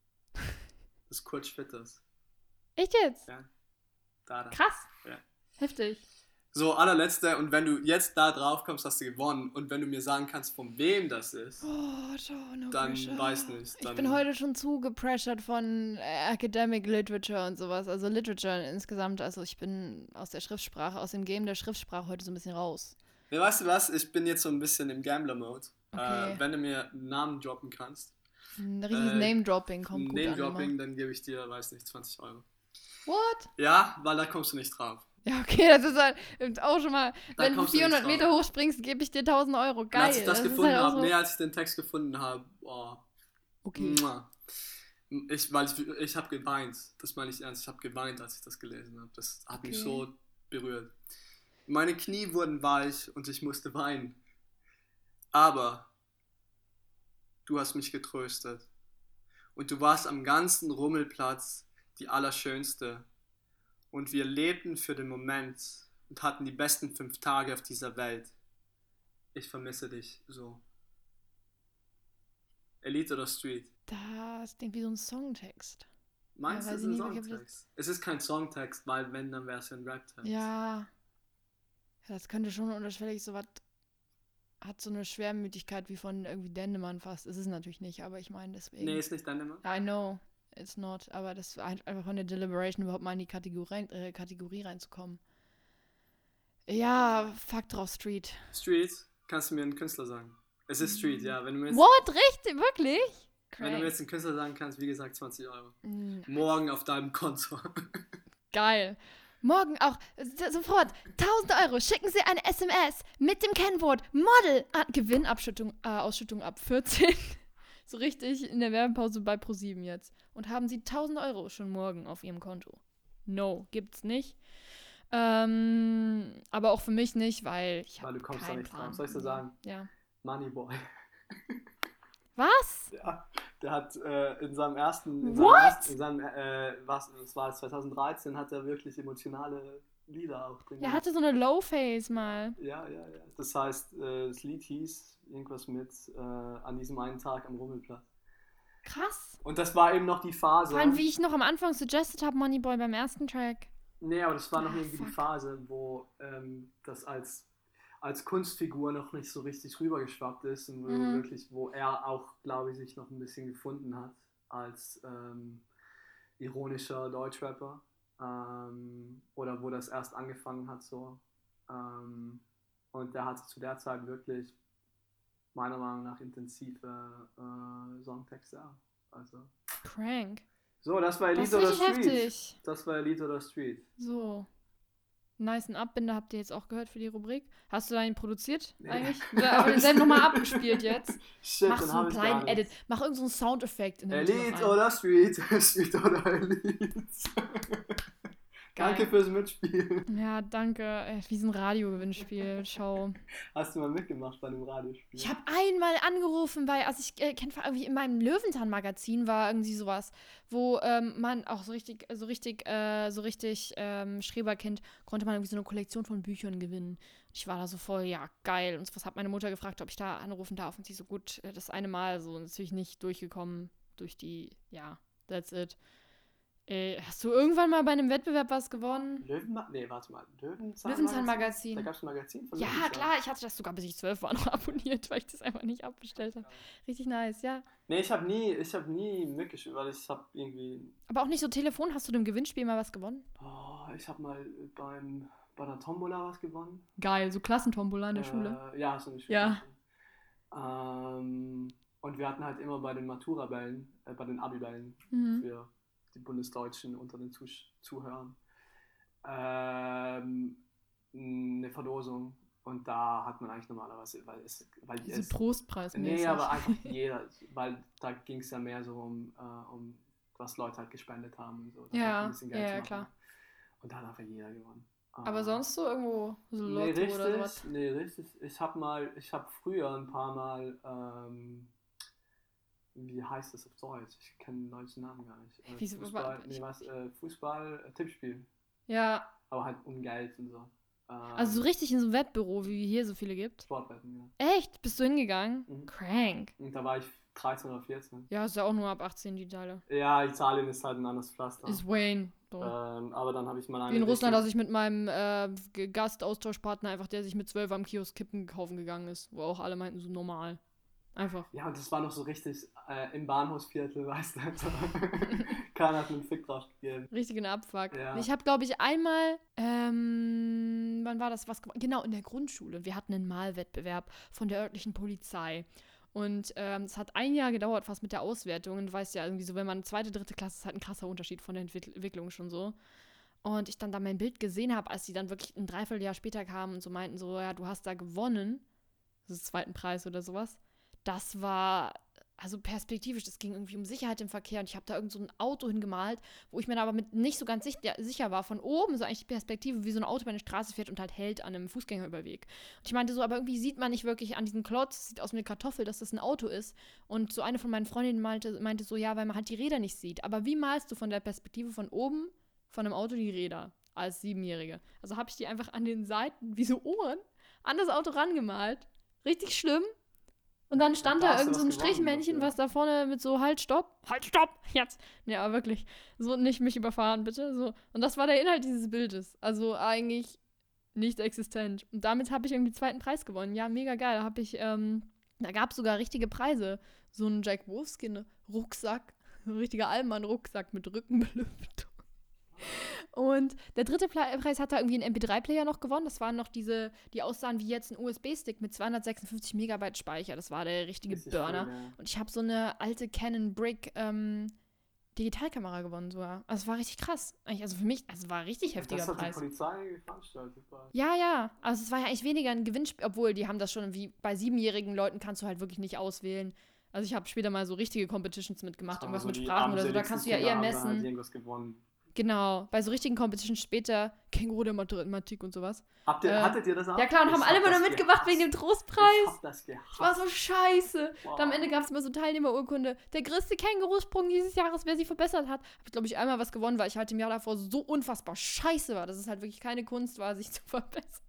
Das ist Kurt Schwitters. Echt jetzt? Ja. Da, da. Krass. Ja. Heftig. So, allerletzte. Und wenn du jetzt da drauf kommst, hast du gewonnen. Und wenn du mir sagen kannst, von wem das ist, Oh, Joe, no dann pressure. weiß nicht. Ich Dann, bin heute schon zu gepressured von äh, Academic Literature und sowas. Also Literature insgesamt. Also ich bin aus der Schriftsprache, aus dem Game der Schriftsprache heute so ein bisschen raus. Ja, weißt du was? Ich bin jetzt so ein bisschen im Gambler-Mode. Okay. Äh, wenn du mir einen Namen droppen kannst, Ein richtiges Äh, Name-Dropping kommt gut an Name-Dropping, immer. dann gebe ich dir, weiß nicht, zwanzig Euro. What? Ja, weil da kommst du nicht drauf. Ja, okay, das ist halt auch schon mal, Da wenn du kommst du nicht vierhundert drauf. Meter hochspringst, gebe ich dir tausend Euro. Und Geil. als ich das, ist gefunden halt auch habe, so- nee, als ich den Text gefunden habe, boah, Okay. Mua. Ich, weil ich, ich habe geweint, das meine ich ernst, ich habe geweint, als ich das gelesen habe. Das hat mich Okay. so berührt. Meine Knie wurden weich und ich musste weinen. Aber du hast mich getröstet Und du warst am ganzen Rummelplatz die Allerschönste. Und wir lebten für den Moment und hatten die besten fünf Tage auf dieser Welt. Ich vermisse dich so. Elite oder Street? Das klingt wie so ein Songtext. Meinst Ja, du, es weiß ist ich ein nicht, ich hab Songtext? Es ist kein Songtext, weil wenn, dann wäre es ja ein Raptext. Ja. Das könnte schon unterschwellig so was. Hat so eine Schwermütigkeit wie von irgendwie Dendemann fast. Ist es natürlich nicht, aber ich meine deswegen. Nee, ist nicht dein Nummer. I know, it's not. Aber das war ein- einfach von der Deliberation überhaupt mal in die Kategorie, rein, äh, Kategorie reinzukommen. Ja, fuck drauf, Street. Street, kannst du mir einen Künstler sagen? Es ist Street, ja. Wenn du mir jetzt, What? Richtig? Wirklich? wenn du mir Crank. jetzt einen Künstler sagen kannst, wie gesagt, zwanzig Euro. Mm, Morgen auf deinem Konto. Geil. Morgen auch s- sofort tausend Euro. Schicken Sie eine S M S mit dem Kennwort Model an Gewinnabschüttung, äh, Ausschüttung ab vierzehn. So richtig in der Werbepause bei ProSieben jetzt. Und haben Sie tausend Euro schon morgen auf Ihrem Konto. No, gibt's nicht. Ähm, aber auch für mich nicht, weil ich Weil habe du kommst da keinen nicht Plan. drauf. Soll ich dir sagen? Ja. Moneyboy. Was? Ja, der hat äh, in seinem ersten, in seinem, What? ersten, in seinem äh, was, das war zwanzig dreizehn, hat er wirklich emotionale Lieder auch drin. Er hatte so eine Low-Face mal. Ja, ja, ja. Das heißt, äh, das Lied hieß irgendwas mit äh, an diesem einen Tag am Rummelplatz. Krass. Und das war eben noch die Phase. Vor allem, wie ich noch am Anfang suggested habe, Moneyboy beim ersten Track. Nee, aber das war noch Ah, irgendwie die fuck. Phase, wo ähm, das als, als Kunstfigur noch nicht so richtig rübergeschwappt ist und wo Mhm. wirklich, wo er auch, glaube ich, sich noch ein bisschen gefunden hat als ähm, ironischer Deutschrapper. Ähm, oder wo das erst angefangen hat so. Ähm, und der hatte zu der Zeit wirklich meiner Meinung nach intensive äh, Songtexte. Ja. Also. Crank. So, das war Das ist Elite oder richtig Street. heftig. Das war Elite oder Street. So. Nicen Abbinder habt ihr jetzt auch gehört für die Rubrik. Hast du da ihn produziert Nee. eigentlich? Oder aber denselben nochmal abgespielt jetzt? Shit, Mach dann so hab einen ich kleinen gar Edit. nichts. Mach irgendeinen so einen Soundeffekt in der Mitte noch Elite rein. oder Street? Street oder Elite? Geil. Danke fürs Mitspielen. Ja, danke. Äh, Wie so ein Radiogewinnspiel. Schau. Hast du mal mitgemacht bei einem Radiospiel? Ich habe einmal angerufen, weil, also ich äh, kenne irgendwie in meinem Löwenzahn-Magazin war irgendwie sowas, wo ähm, man auch so richtig, so richtig, äh, so richtig ähm, Schreberkind konnte man irgendwie so eine Kollektion von Büchern gewinnen. Ich war da so voll, ja, geil. Und was hat meine Mutter gefragt, ob ich da anrufen darf. Und sie so, gut, äh, das eine Mal so natürlich nicht durchgekommen durch die, ja, that's it. Äh, hast du irgendwann mal bei einem Wettbewerb was gewonnen? Löwenma Nee, warte mal. Löwenzahn Löwenzahn-Magazin. Da gab es ein Magazin von Ja, Löwenzahn. klar, ich hatte das sogar bis ich zwölf war noch abonniert, weil ich das einfach nicht abbestellt habe. Richtig nice, ja. Nee, ich habe nie, ich habe nie mitgespielt, weil ich habe irgendwie, Aber auch nicht so Telefon. Hast du dem Gewinnspiel mal was gewonnen? oh, ich habe mal beim, bei der Tombola was gewonnen. Geil, so Klassentombola in der äh, Schule. Ja, so eine Schule. Ja. Ähm, und wir hatten halt immer bei den Matura-Bällen, äh, bei den Abi-Bällen Mhm. für die Bundesdeutschen unter den Zusch- Zuhörern ähm, eine Verlosung. Und da hat man eigentlich normalerweise, weil es, weil So es Trostpreismäßig. nee, aber einfach jeder, weil da ging es ja mehr so um, äh, um, was Leute halt gespendet haben und so. Da Ja, halt ein bisschen Geld ja, zu ja, machen. klar. Und da hat einfach jeder gewonnen. Aber Äh, sonst so irgendwo so Nee, Lotto richtig, oder sowas. nee, richtig. Ich habe mal, ich habe früher ein paar Mal, ähm, wie heißt das auf Deutsch? Ich kenne den deutschen Namen gar nicht. Äh, Wieso- Fußball, ich- nee, was, äh, Fußball, äh, Tippspiel. Ja, Aber halt um Geld und so. Ähm, also so richtig in so einem Wettbüro, wie hier so viele gibt. Sportwetten, ja. Echt? Bist du hingegangen? Mhm. Crank. Und da war ich dreizehn oder vierzehn. Ja, ist ja auch nur ab achtzehn die Teile. Ja, Italien ist halt ein anderes Pflaster. Ist Wayne. So. Ähm, aber dann habe ich mal eine Wie in Russland, richtig- dass ich mit meinem äh, G- Gastaustauschpartner einfach, der sich mit zwölf am Kiosk Kippen kaufen gegangen ist, wo auch alle meinten, so normal. Einfach. Ja, und das war noch so richtig äh, im Bahnhofsviertel, weißt du. Also, keiner hat mir einen Fick drauf gegeben. Richtigen Abfuck. Ja. Ich habe, glaube ich, einmal, ähm, wann war das? Was? gew- Genau, in der Grundschule. Wir hatten einen Malwettbewerb von der örtlichen Polizei. Und ähm, es hat ein Jahr gedauert, fast mit der Auswertung. Und du weißt ja, irgendwie so, wenn man zweite, dritte Klasse ist, halt ein krasser Unterschied von der Entwickl- Entwicklung schon so. Und ich dann da mein Bild gesehen habe, als die dann wirklich ein Dreivierteljahr später kamen und so meinten, so, ja, du hast da gewonnen. Das ist zweiten Preis oder sowas. Das war, also perspektivisch, das ging irgendwie um Sicherheit im Verkehr und ich habe da irgend so ein Auto hingemalt, wo ich mir da aber mit nicht so ganz sicher, sicher war, von oben so eigentlich die Perspektive, wie so ein Auto über eine Straße fährt und halt hält an einem Fußgängerüberweg. Und ich meinte so, aber irgendwie sieht man nicht wirklich an diesem Klotz, sieht aus wie eine Kartoffel, dass das ein Auto ist. Und so eine von meinen Freundinnen meinte, meinte so, ja, weil man halt die Räder nicht sieht. Aber wie malst du von der Perspektive von oben von einem Auto die Räder als Siebenjährige? Also habe ich die einfach an den Seiten, wie so Ohren, an das Auto rangemalt. Richtig schlimm. Und dann stand Da da hast du irgend so ein was gewonnen Strichmännchen, dafür. was da vorne mit so Halt, Stopp, Halt, Stopp, jetzt. Ja, aber wirklich. So nicht mich überfahren, bitte. So. Und das war der Inhalt dieses Bildes. Also eigentlich nicht existent. Und damit habe ich irgendwie den zweiten Preis gewonnen. Ja, mega geil. Da habe ich, ähm, da gab es sogar richtige Preise. So ein Jack Wolfskin-Rucksack. So ein richtiger Allmann-Rucksack mit Rückenbelüftung. Und der dritte Pla- Preis hat da irgendwie einen M P drei Player noch gewonnen. Das waren noch diese, die aussahen wie jetzt ein U S B-Stick mit zweihundertsechsundfünfzig Megabyte Speicher. Das war der richtige Richtig Burner. cool, ja. Und ich habe so eine alte Canon Brick ähm, Digitalkamera gewonnen sogar. Also es war richtig krass. Eigentlich, also für mich, also es war ein richtig heftiger Das hat die Preis. Polizei veranstaltet. war- Ja, ja. Also es war ja eigentlich weniger ein Gewinnspiel, obwohl die haben das schon, wie bei siebenjährigen Leuten kannst du halt wirklich nicht auswählen. Also ich habe später mal so richtige Competitions mitgemacht, Aber irgendwas so mit die Sprachen oder so, da armseligsten kannst du ja Kinder eher haben dann halt messen. irgendwas gewonnen. Genau, bei so richtigen Competitions später, Känguru der Mathematik und sowas. Habt ihr, Äh, hattet ihr das auch? Ja klar, und Ich haben hab alle immer das nur mitgemacht wegen dem gehasst. Trostpreis. Ich hab das gehasst. Das war so scheiße. Wow. Und am Ende gab es immer so Teilnehmerurkunde. Der größte Kängurusprung dieses Jahres, wer sich verbessert hat. Habe ich, glaube ich, einmal was gewonnen, weil ich halt im Jahr davor so unfassbar scheiße war, dass es halt wirklich keine Kunst war, sich zu verbessern.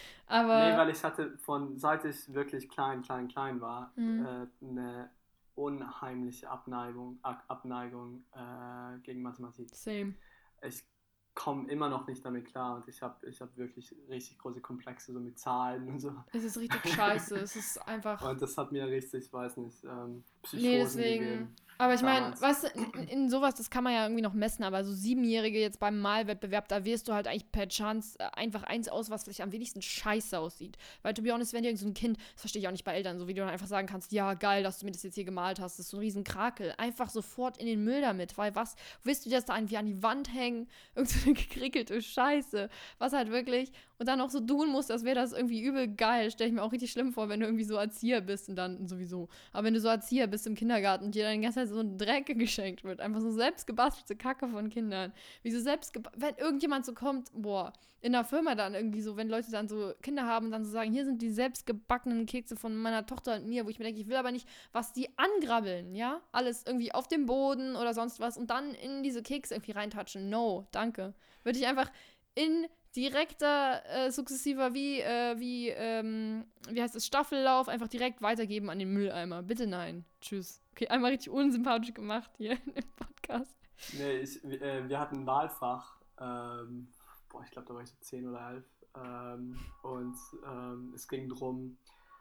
Aber Nee, weil ich hatte von, seit ich wirklich klein, klein, klein war, Mhm. äh, eine unheimliche Abneigung, Ab- Abneigung äh, gegen Mathematik. same. Ich komme immer noch nicht damit klar und ich habe ich hab wirklich richtig große Komplexe so mit Zahlen und so. Es ist richtig scheiße. Es ist einfach... Und das hat mir richtig, ich weiß nicht, ähm, Psychosen Nee, deswegen. gegeben. Aber ich meine, damals. weißt du, in, in sowas, das kann man ja irgendwie noch messen, aber so Siebenjährige jetzt beim Malwettbewerb, da wählst du halt eigentlich per Chance äh, einfach eins aus, was vielleicht am wenigsten scheiße aussieht. Weil, to be honest, wenn dir irgend so ein Kind, das verstehe ich auch nicht bei Eltern, so wie du dann einfach sagen kannst, ja, geil, dass du mir das jetzt hier gemalt hast, das ist so ein riesen Krakel. Einfach sofort in den Müll damit, weil was, willst du das da irgendwie an die Wand hängen? Irgend so eine gekrickelte Scheiße, was halt wirklich, und dann auch so tun musst, als wäre das irgendwie übel geil, stelle ich mir auch richtig schlimm vor, wenn du irgendwie so Erzieher bist und dann sowieso. Aber wenn du so Erzieher bist im Kindergarten und dir dann die ganze Zeit so ein Dreck geschenkt wird, einfach so selbstgebastelte Kacke von Kindern. Wie so selbst, wenn irgendjemand so kommt, boah, in der Firma dann irgendwie so, wenn Leute dann so Kinder haben und dann so sagen, hier sind die selbstgebackenen Kekse von meiner Tochter und mir, wo ich mir denke, ich will aber nicht, was die angrabbeln, ja? Alles irgendwie auf dem Boden oder sonst was und dann in diese Kekse irgendwie reintatschen. No, danke. Würde ich einfach in direkter, äh, sukzessiver, wie, äh, wie, ähm, wie heißt es, Staffellauf, einfach direkt weitergeben an den Mülleimer. Bitte nein. Tschüss. Okay, einmal richtig unsympathisch gemacht hier im Podcast. Nee, ich, äh, wir hatten ein Wahlfach, ähm, boah, ich glaube, da war ich so zehn oder elf, ähm, und ähm, es ging darum,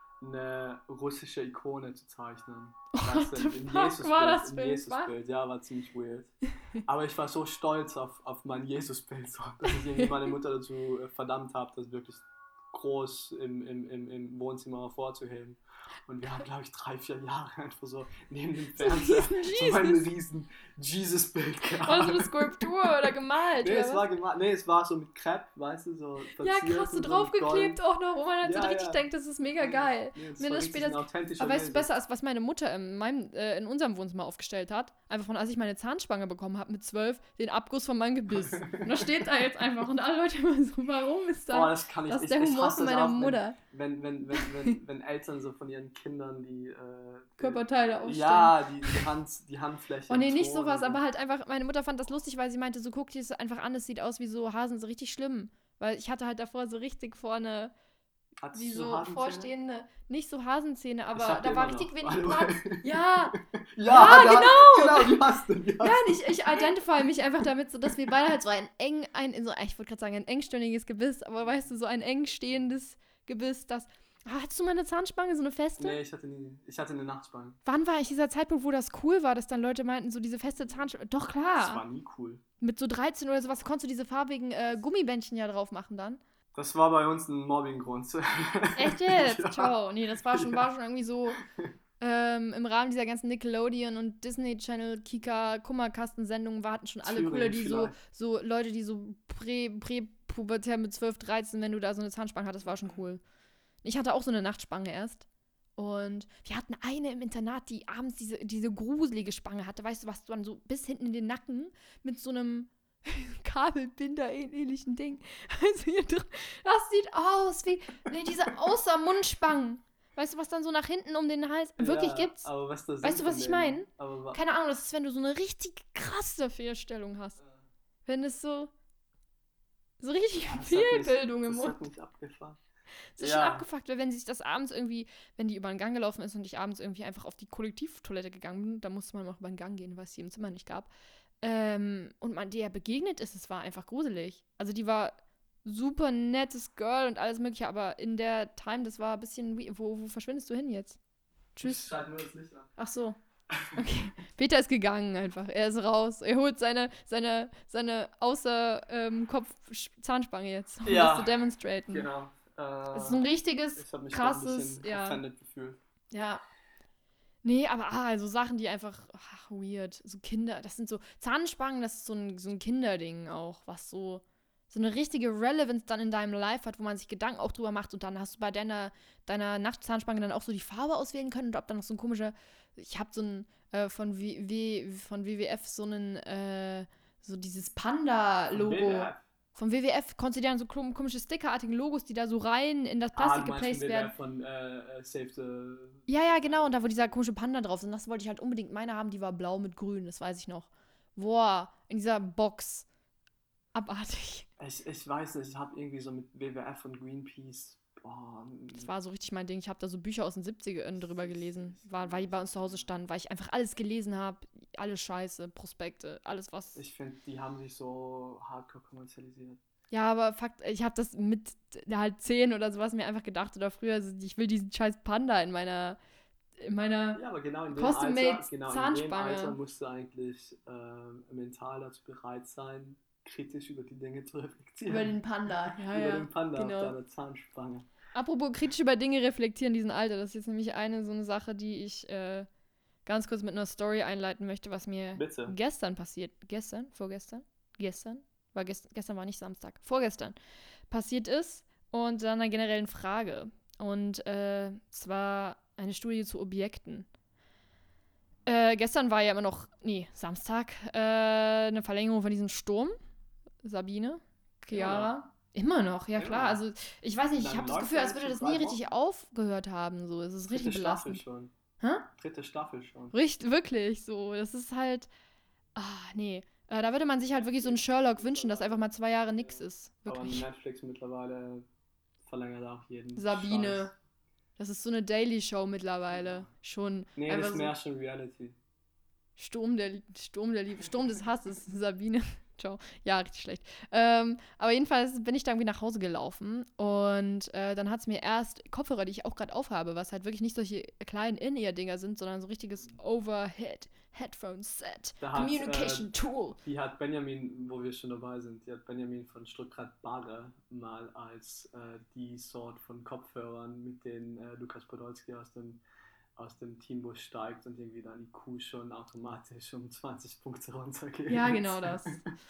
eine russische Ikone zu zeichnen. Weißt du, the ein fuck Jesusbild, war das ein für ein Jesusbild, ja, war ziemlich weird. Aber ich war so stolz auf, auf mein Jesusbild, so, dass ich irgendwie meine Mutter dazu äh, verdammt habe, das wirklich groß im, im, im, im Wohnzimmer vorzuheben. Und wir haben, glaube ich, drei, vier Jahre einfach so neben dem So ein Fernseher riesen so ein Jesus. riesen Jesus-Bild gehabt. Oder so eine Skulptur oder gemalt. Nee, oder es was? war gemalt. Nee, es war so mit Crepe, weißt du, so Ja, verziert krass, so und mit draufgeklebt Gold. auch noch, wo man halt so Ja, richtig ja. denkt, das ist mega geil. Nee, das Mir war das richtig später- ein authentischer Aber weißt du, Jesus. besser als was meine Mutter in, meinem, äh, in unserem Wohnzimmer aufgestellt hat? Einfach von, als ich meine Zahnspange bekommen habe mit zwölf, den Abguss von meinem Gebiss. Und das steht da jetzt einfach. Und alle Leute immer so, warum ist Boah, das? das kann ich Das ist ich, der ich Humor hasse von das meiner auch, Mutter. Wenn, wenn, wenn, wenn, wenn, wenn Eltern so von ihren Kindern die, äh, die Körperteile aufstellen. Ja, die, die, Hand, die Handfläche. Oh nee, im nicht Ton sowas, und so. aber halt einfach, meine Mutter fand das lustig, weil sie meinte, so guck dir das einfach an, es sieht aus wie so Hasen, so richtig schlimm. Weil ich hatte halt davor so richtig vorne, Hattest wie du so Hasenzähne? vorstehende, nicht so Hasenzähne, Ich aber hab da die war immer richtig noch, wenig by the Platz. way. Ja, Ja, Ja, da- genau. Genau, die hast du. Die hast ja, ich, ich identify mich einfach damit, so dass wir beide halt so ein eng, ein, in so, ich wollte gerade sagen, ein engstirniges Gebiss, aber weißt du, so ein eng stehendes Gebiss, das. Ah, hattest du mal eine Zahnspange, so eine feste? Nee, ich hatte nie. Ich hatte eine Nachtspange. Wann war eigentlich dieser Zeitpunkt, wo das cool war, dass dann Leute meinten, so diese feste Zahnspange? Doch, Das klar. war nie cool. Mit so dreizehn oder sowas konntest du diese farbigen äh, Gummibändchen ja drauf machen dann. Das war bei uns ein Mobbinggrund. Echt jetzt? Ja. Ciao. Nee, das war schon, Ja. war schon irgendwie so ähm, im Rahmen dieser ganzen Nickelodeon und Disney Channel, Kika, Kummerkasten-Sendungen warten schon alle Thüringen coole, die so, vielleicht. so Leute, die so prä, präpubertär mit zwölf, dreizehn, wenn du da so eine Zahnspange hattest, war schon cool. Ich hatte auch so eine Nachtspange erst. Und wir hatten eine im Internat, die abends diese, diese gruselige Spange hatte. Weißt du, was du dann so bis hinten in den Nacken mit so einem Kabelbinder-ähnlichen Ding. Also hier drin, das sieht aus wie nee, diese Außer-Mundspangen. Weißt du, was dann so nach hinten um den Hals wirklich Ja, gibt's? aber was das Weißt du, was ich meine? meine? Keine Ahnung, das ist, wenn du so eine richtig krasse Fehlstellung hast. Wenn es so so richtig Fehlbildung im Das Mund. hat mich abgefahren. Das ist Ja. schon abgefuckt, weil wenn sich das abends irgendwie, wenn die über den Gang gelaufen ist und ich abends irgendwie einfach auf die Kollektivtoilette gegangen bin, da musste man auch über den Gang gehen, weil es die im Zimmer nicht gab, ähm, und man der begegnet ist, es war einfach gruselig. Also die war super nettes Girl und alles mögliche, aber in der Time, das war ein bisschen, wie- wo, wo verschwindest du hin jetzt? Ich Tschüss. schalte nur das Licht an. Ach so. Okay. Peter ist gegangen einfach. Er ist raus. Er holt seine, seine, seine außer ähm, Kopf Zahnspange jetzt, um Ja, das zu demonstraten. Genau. Äh, Das ist ein richtiges, ich habe mich krasses, krasses, ein bisschen ja. offended gefühlt. Ja. Nee, aber ah, also Sachen, die einfach ach, weird. So Kinder, das sind so Zahnspangen, das ist so ein, so ein Kinderding auch, was so, so eine richtige Relevance dann in deinem Life hat, wo man sich Gedanken auch drüber macht und dann hast du bei deiner, deiner Nachtzahnspange dann auch so die Farbe auswählen können und ob dann noch so ein komischer, ich habe so ein äh, von, w, w, von W W F so einen, äh, so dieses Panda-Logo. W W F. Vom W W F konntest du dir dann so kom- komische stickerartigen Logos, die da so rein in das Plastik ah, du meinst geplaced von W W werden. F von äh, äh, Save the... Ja, ja, genau. Und da, wo dieser komische Panda drauf sind, das wollte ich halt unbedingt meine haben. Die war blau mit grün, das weiß ich noch. Boah, in dieser Box. Abartig. Ich, ich weiß nicht, ich habe irgendwie so mit W W F und Greenpeace... Boah, Das war so richtig mein Ding. Ich habe da so Bücher aus den siebzigern drüber gelesen, war, weil die bei uns zu Hause standen, weil ich einfach alles gelesen habe. Alles Scheiße, Prospekte, alles was... ich finde, die haben sich so hardcore kommerzialisiert. Ja, aber Fakt, ich habe das mit halt zehn oder sowas mir einfach gedacht oder früher, also ich will diesen scheiß Panda in meiner, in meiner, Ja, aber genau in dem Custom-made Alter, genau in dem Zahnspange. Alter musst du eigentlich ähm, mental dazu bereit sein, kritisch über die Dinge zu reflektieren. über den Panda. Ja, Über ja, den Panda genau. auf deiner Zahnspange. Apropos kritisch über Dinge reflektieren, diesen Alter, das ist jetzt nämlich eine so eine Sache, die ich äh, ganz kurz mit einer Story einleiten möchte, was mir Bitte. gestern passiert, gestern, vorgestern, gestern, war gest- gestern war nicht Samstag, vorgestern passiert ist und dann einer generellen Frage und äh, zwar eine Studie zu Objekten. Äh, gestern war ja immer noch, nee, Samstag, äh, eine Verlängerung von diesem Sturm, Sabine, Chiara. Immer noch, ja Immer klar. noch. Also ich weiß nicht, ich Dann habe das läuft Gefühl, als das würde schon das nie drei richtig aufgehört haben. So, es ist richtig Dritte Staffel belastend. schon. Hä? Dritte Staffel schon. Richtig, wirklich so. Das ist halt, ah, nee. Äh, da würde man sich halt wirklich so einen Sherlock wünschen, dass einfach mal zwei Jahre nix ist. Aber Wirklich. Netflix mittlerweile verlängert auch jeden Sabine. Scheiß. Das ist so eine Daily Show mittlerweile. Schon Nee, das einfach ist so mehr schon Reality. Sturm der, Sturm der Liebe, Sturm des Hasses, Sabine. Ciao. Ja, richtig schlecht. Ähm, aber jedenfalls bin ich da irgendwie nach Hause gelaufen und äh, dann hat es mir erst Kopfhörer, die ich auch gerade aufhabe, was halt wirklich nicht solche kleinen In-Ear-Dinger sind, sondern so richtiges Overhead-Headphone-Set, Da hat, Communication äh, Tool. Die hat Benjamin, wo wir schon dabei sind, die hat Benjamin von Stuttgart-Barre mal als äh, die Sort von Kopfhörern, mit denen äh, Lukas Podolski aus dem, aus dem Teambus steigt und irgendwie dann die Kuh schon automatisch um zwanzig Punkte runtergeht. Ja, genau das.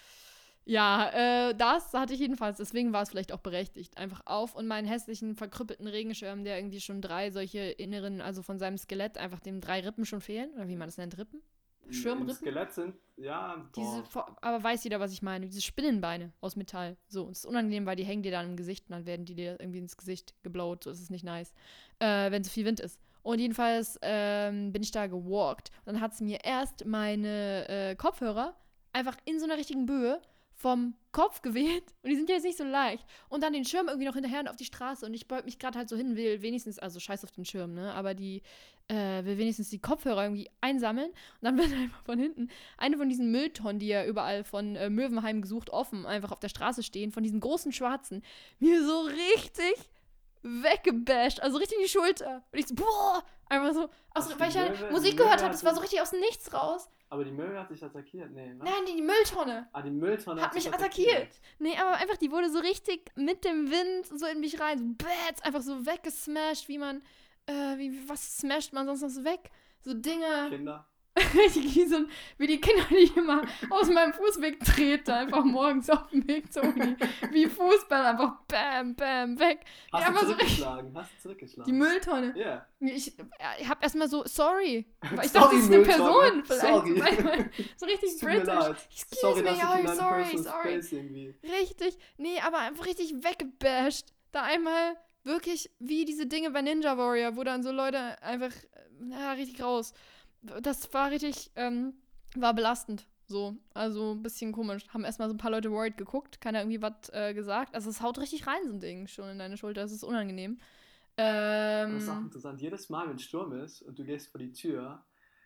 Ja, äh, das hatte ich jedenfalls, deswegen war es vielleicht auch berechtigt. Einfach auf und meinen hässlichen, verkrüppelten Regenschirm, der irgendwie schon drei solche inneren, also von seinem Skelett einfach dem drei Rippen schon fehlen, oder wie man das nennt, Rippen? Im Schirmrippen? Skelett sind, ja, boah. Diese, vor- aber weiß jeder, was ich meine. Diese Spinnenbeine aus Metall. So, und es ist unangenehm, weil die hängen dir dann im Gesicht und dann werden die dir irgendwie ins Gesicht geblowt. So, das ist nicht nice. Äh, wenn so viel Wind ist. Und jedenfalls ähm, bin ich da gewalkt. Und dann hat es mir erst meine äh, Kopfhörer einfach in so einer richtigen Böe vom Kopf geweht. Und die sind ja jetzt nicht so leicht. Und dann den Schirm irgendwie noch hinterher und auf die Straße. Und ich beug mich gerade halt so hin, will wenigstens, also scheiß auf den Schirm, ne? Aber die, äh, will wenigstens die Kopfhörer irgendwie einsammeln. Und dann wird einfach von hinten eine von diesen Mülltonnen, die ja überall von äh, Möwenheim gesucht offen einfach auf der Straße stehen, von diesen großen Schwarzen, mir so richtig weggebasht, also richtig in die Schulter. Und ich so, boah, einfach so, aus, Ach, die weil ich halt Möwe- Musik die gehört Möwe habe, das war hat- so richtig aus dem Nichts raus. Aber die Möwe hat dich attackiert, nee, was? Nein, die, die Mülltonne Ah, die Mülltonne hat dich mich attackiert. Nee, aber einfach, die wurde so richtig mit dem Wind so in mich rein, so bäts, einfach so weggesmashed, wie man, äh, wie, was smasht man sonst noch so weg? So Dinge. Kinder. Richtig wie, so ein, wie die Kinder, die ich immer aus meinem Fußweg trete, einfach morgens auf dem Weg zur Uni. Wie Fußball, einfach bam, bam, weg. Hast Ja, du aber so richtig- zurückgeschlagen? Hast du zurückgeschlagen? Die Mülltonne. Ja. Yeah. Ich, ich habe erstmal so, sorry. Weil ich Sorry, dachte, das ist eine Mülltonne. Person vielleicht. Sorry. Weil- So richtig Es tut mir British. leid. Excuse Sorry, me, dass ich oh, in deinem sorry, Personal sorry. Space irgendwie... Richtig, nee, aber einfach richtig weggebasht. Da einmal wirklich wie diese Dinge bei Ninja Warrior, wo dann so Leute einfach, äh, ja, richtig raus. Das war richtig, ähm, war belastend. So, also ein bisschen komisch. Haben erstmal so ein paar Leute worried geguckt, keiner irgendwie was äh, gesagt. Also es haut richtig rein, so ein Ding schon in deine Schulter. Das ist unangenehm. Ähm, Das ist auch interessant. Jedes Mal, wenn Sturm ist und du gehst vor die Tür,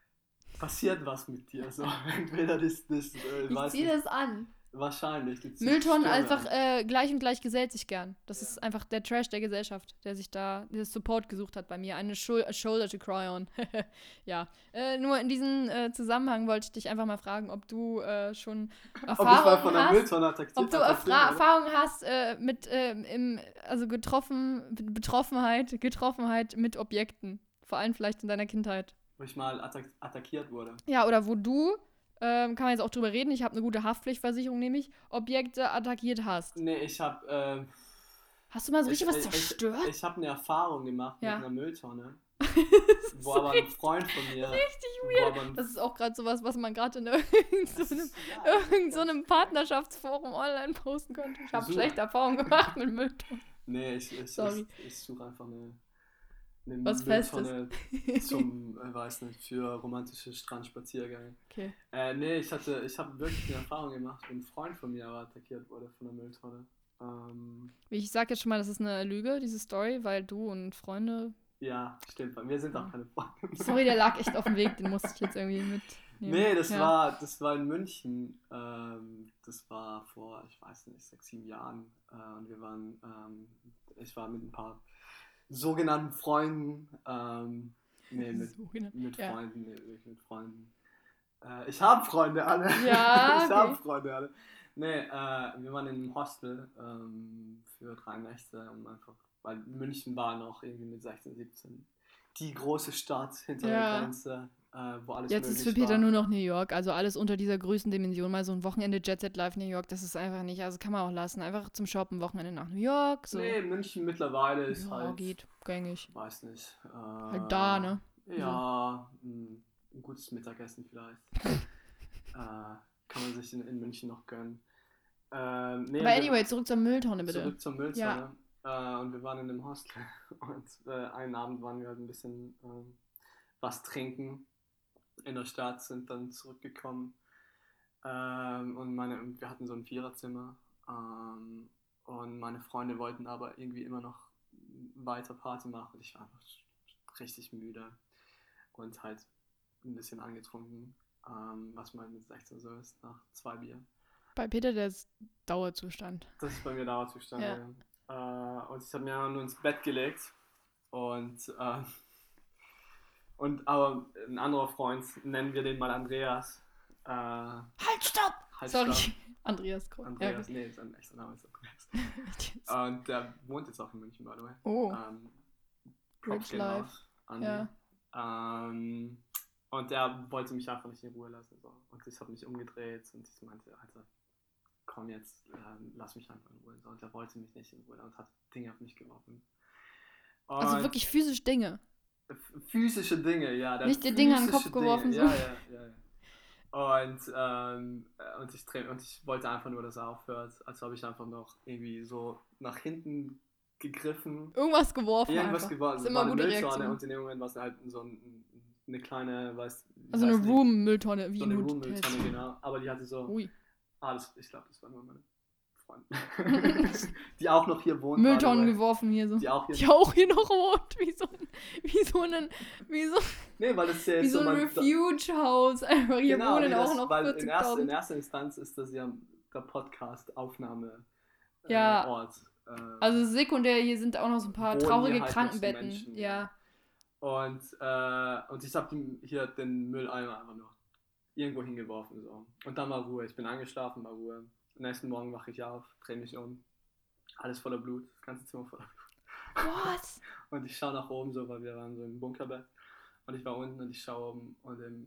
passiert was mit dir. So, entweder das, das äh, ich weiß ziehe nicht, das an. wahrscheinlich. Du ziehst Mülltonnen Stürme einfach an. äh, gleich und gleich gesellt sich gern. Das Ja. ist einfach der Trash der Gesellschaft, der sich da, der Support gesucht hat bei mir. Eine Schul a Shoulder to cry on. Ja. Äh, nur in diesem äh, Zusammenhang wollte ich dich einfach mal fragen, ob du äh, schon Ob ich mal Erfahrung von der hast. Mülltonne attackiert Ob du attackiert Erfra wurde? Erfahrung hast äh, mit ähm, im, also getroffen, Betroffenheit, Getroffenheit mit Objekten. Vor allem vielleicht in deiner Kindheit. Wo ich mal attack attackiert wurde. Ja, oder wo du, ähm, kann man jetzt auch drüber reden, ich habe eine gute Haftpflichtversicherung, nämlich Objekte attackiert hast. Nee, ich hab... Ähm, Hast du mal so richtig ich, was ich, zerstört? Ich, ich habe eine Erfahrung gemacht Ja. mit einer Mülltonne, Das ist wo so aber ein Freund von mir... richtig wo weird. aber ein- Das ist auch gerade sowas, was man gerade in Das irgendeinem ist- ja, irgend so einem Partnerschaftsforum online posten könnte. Ich habe So. schlechte Erfahrungen gemacht mit Mülltonnen. Nee, ich, ich, Sorry. ich, ich suche einfach eine, eine Was Mülltonne zum, äh, weiß nicht, für romantische Strandspaziergänge. Okay. Äh, nee, ich hatte, ich habe wirklich eine Erfahrung gemacht, wo ein Freund von mir aber attackiert wurde von der Mülltonne. Ähm, Ich sag jetzt schon mal, das ist eine Lüge, diese Story, weil du und Freunde. ja, stimmt, wir sind auch keine Freunde. Sorry, der lag echt auf dem Weg, den musste ich jetzt irgendwie mitnehmen. Nee, das Ja. war, das war in München. Ähm, das war vor, ich weiß nicht, sechs, sieben Jahren. Äh, und wir waren, ähm, ich war mit ein paar sogenannten Freunden. Ähm, nee, mit, So, genau. mit Ja. Freunden, nee, wirklich mit Freunden. Äh, ich habe Freunde alle. Ja, ich okay. habe Freunde alle. Nee, äh, wir waren in einem Hostel ähm, für drei Nächte, um einfach, weil München war noch irgendwie mit sechzehn, siebzehn die große Stadt hinter Ja. der Grenze, äh, wo alles Jetzt ist möglich für Peter war. nur noch New York, also alles unter dieser Größendimension. Mal so ein Wochenende Jet Set Live New York, das ist einfach nicht, also kann man auch lassen. Einfach zum Shoppen, Wochenende nach New York, so. Nee, München mittlerweile ist Ja, halt, geht, gängig. weiß nicht. Äh, Halt da, ne? Ja, ein, ein gutes Mittagessen vielleicht. äh, kann man sich in, in München noch gönnen. Ähm, nee, Aber wir- anyway, zurück zur Mülltonne, bitte. Zurück zur Mülltonne. Äh, und wir waren in einem Hostel. Und äh, einen Abend waren wir halt ein bisschen ähm, was trinken in der Stadt, sind dann zurückgekommen. Ähm, und meine, wir hatten so ein Viererzimmer. Ähm, und meine Freunde wollten aber irgendwie immer noch weiter Party machen. Ich war einfach richtig müde und halt ein bisschen angetrunken, ähm, was man mit sechzehn so ist, nach zwei Bier. Bei Peter, der ist Dauerzustand. Das ist bei mir Dauerzustand. Ja. Ja. Äh, und ich habe mir nur ins Bett gelegt und, äh, und aber ein anderer Freund, nennen wir den mal Andreas. Äh, Halt, stopp! halt Sorry. stopp. Andreas Koch. Andreas, Ja, nee, sein echter Name ist Andreas. okay. Und der wohnt jetzt auch in München, by the way. Oh, Ähm, Props Rich gehen Life. raus an Ja. ihn. Ähm, und der wollte mich einfach nicht in Ruhe lassen. So. Und ich habe mich umgedreht und ich meinte, Alter, komm jetzt, äh, lass mich einfach in Ruhe. So. Und der wollte mich nicht in Ruhe und hat Dinge auf mich geworfen. Und Also wirklich physisch Dinge. f- physische Dinge, ja. der hat Nicht dir Dinge an den physische Kopf geworfen, Dinge. so. Ja, ja, ja, ja. Und, ähm, äh, und, ich, dreh- und ich wollte einfach nur, dass er aufhört. Also habe ich einfach noch irgendwie so nach hinten gegriffen. Irgendwas geworfen Irgendwas einfach. geworden. Ist Es immer war eine eine gute Mülltonne Reaktion. und in dem Moment war es halt so ein, eine kleine, weiß Also weiß eine nicht, Room-Mülltonne, wie so in eine Hotel. Room-Mülltonne, genau. Aber die hatte so, Ui. ah, das, ich glaube, das waren nur meine Freunde. Die auch noch hier wohnen. Mülltonnen by the way. geworfen hier so. Die auch hier. Die auch hier noch wohnt, wie so ein, wie so ein, wie so, Nee, weil das ist ja wie jetzt so ein mein- Refuge-Haus. Einfach hier Genau, wohnen nee, auch das, noch weil in erster, in vierzigtausend. erster Instanz ist das ja der Podcast-Aufnahme äh, Ja. Ort. Äh, Also sekundär, hier sind auch noch so ein paar Wohnen hier traurige halt noch so Krankenbetten. Menschen, ja. Und, äh, und ich habe hier den Mülleimer einfach nur irgendwo hingeworfen. So. Und dann war Ruhe. Ich bin eingeschlafen, war Ruhe. Am nächsten Morgen wache ich auf, drehe mich um. Alles voller Blut, das ganze Zimmer voller Blut. What? Und ich schaue nach oben so, weil wir waren so im Bunkerbett. Und ich war unten und ich schaue oben und im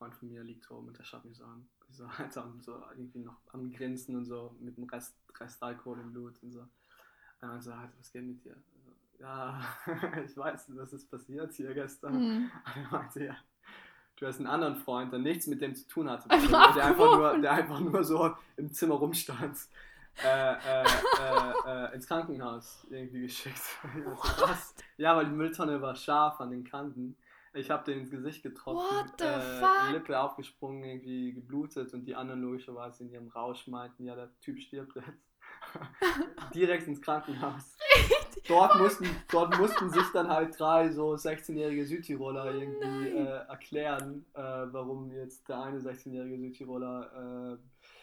Freund von mir liegt oben und der schaut mich so an. So, halt am, so irgendwie noch am Grinsen und so mit dem Rest, Rest Alkohol im Blut und so. Und dann so, halt, was geht mit dir? So, ja, ich weiß, was ist passiert hier gestern. Mhm. Und er meinte, ja, du hast einen anderen Freund, der nichts mit dem zu tun hatte. Einfach Der, der, einfach, nur, der einfach nur so im Zimmer rumstand. Äh, äh, äh, äh, ins Krankenhaus irgendwie geschickt. Also, was? Ja, weil die Mülltonne war scharf an den Kanten. Ich habe den ins Gesicht getroffen, What the äh, fuck? Lippe aufgesprungen, irgendwie geblutet und die anderen logischerweise in ihrem Rausch meinten, ja, der Typ stirbt jetzt. Direkt ins Krankenhaus. Dort mussten, dort mussten sich dann halt drei so sechzehnjährige Südtiroler irgendwie äh, erklären, äh, warum jetzt der eine sechzehnjährige Südtiroler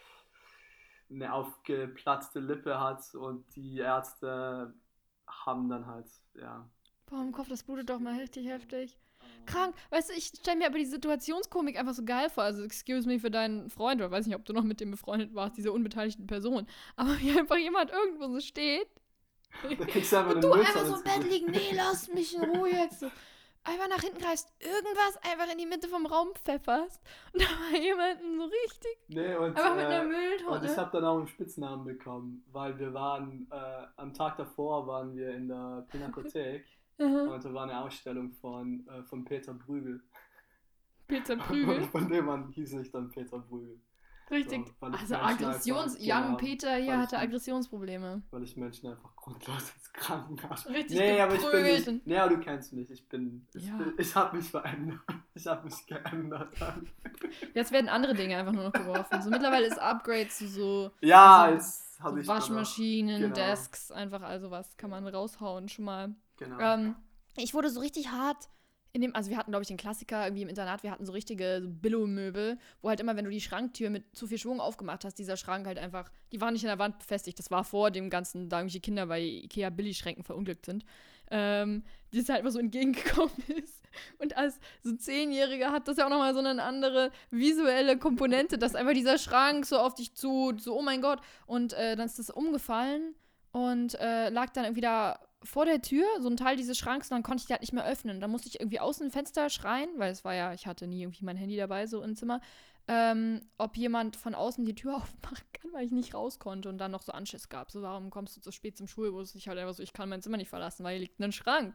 äh, eine aufgeplatzte Lippe hat und die Ärzte haben dann halt, ja. Boah, im Kopf, das blutet doch mal richtig heftig. Krank. Weißt du, ich stelle mir aber die Situationskomik einfach so geil vor. Also, excuse me für deinen Freund, oder weiß nicht, ob du noch mit dem befreundet warst, diese unbeteiligten Person. Aber wie einfach jemand irgendwo so steht Da kriegst du einfach und eine du Mütze einfach so ins im Bett Gesicht. liegen, nee, lass mich in Ruhe jetzt. So. Einfach nach hinten greifst, irgendwas einfach in die Mitte vom Raum pfefferst und da war jemanden so richtig, Nee, und, einfach mit äh, einer und ich Mülltonne. habe dann auch einen Spitznamen bekommen, weil wir waren, äh, am Tag davor waren wir in der Pinakothek Aha. und da war eine Ausstellung von, äh, von Peter Brügel. Peter Prügel. Und von dem an hieß ich dann Peter Brügel. Richtig. So, weil ich Also Menschen Aggressions... einfach- Young genau, Peter hier weil ich- hatte Aggressionsprobleme. Weil ich Menschen einfach grundlos ins Krankenhaus... Richtig Nee, aber ich bin geprügelt nicht... und- Nee, aber du kennst mich. Ich bin... Ich, Ja. bin, ich habe mich verändert. Ich habe mich geändert. Jetzt werden andere Dinge einfach nur noch geworfen. So mittlerweile ist Upgrade zu so, Ja, Also, jetzt habe so ich... dann auch- Waschmaschinen, genau. Desks, einfach also was kann man raushauen schon mal. Genau. Ähm, ich wurde so richtig hart in dem, also wir hatten, glaube ich, den Klassiker irgendwie im Internat, wir hatten so richtige so Billo-Möbel, wo halt immer, wenn du die Schranktür mit zu viel Schwung aufgemacht hast, dieser Schrank halt einfach, die waren nicht an der Wand befestigt, das war vor dem ganzen, da irgendwelche Kinder bei Ikea-Billigschränken verunglückt sind, ähm, die es halt immer so entgegengekommen ist. Und als so Zehnjähriger hat das ja auch nochmal so eine andere visuelle Komponente, dass einfach dieser Schrank so auf dich zu, so oh mein Gott, und äh, dann ist das umgefallen und äh, lag dann irgendwie da vor der Tür, so ein Teil dieses Schranks, und dann konnte ich die halt nicht mehr öffnen. Dann musste ich irgendwie außen im Fenster schreien, weil es war ja, ich hatte nie irgendwie mein Handy dabei, so im Zimmer, ähm, ob jemand von außen die Tür aufmachen kann, weil ich nicht raus konnte und dann noch so Anschiss gab. So, warum kommst du so spät zum Schulbus? Ich halt einfach so, ich kann mein Zimmer nicht verlassen, weil hier liegt ein Schrank.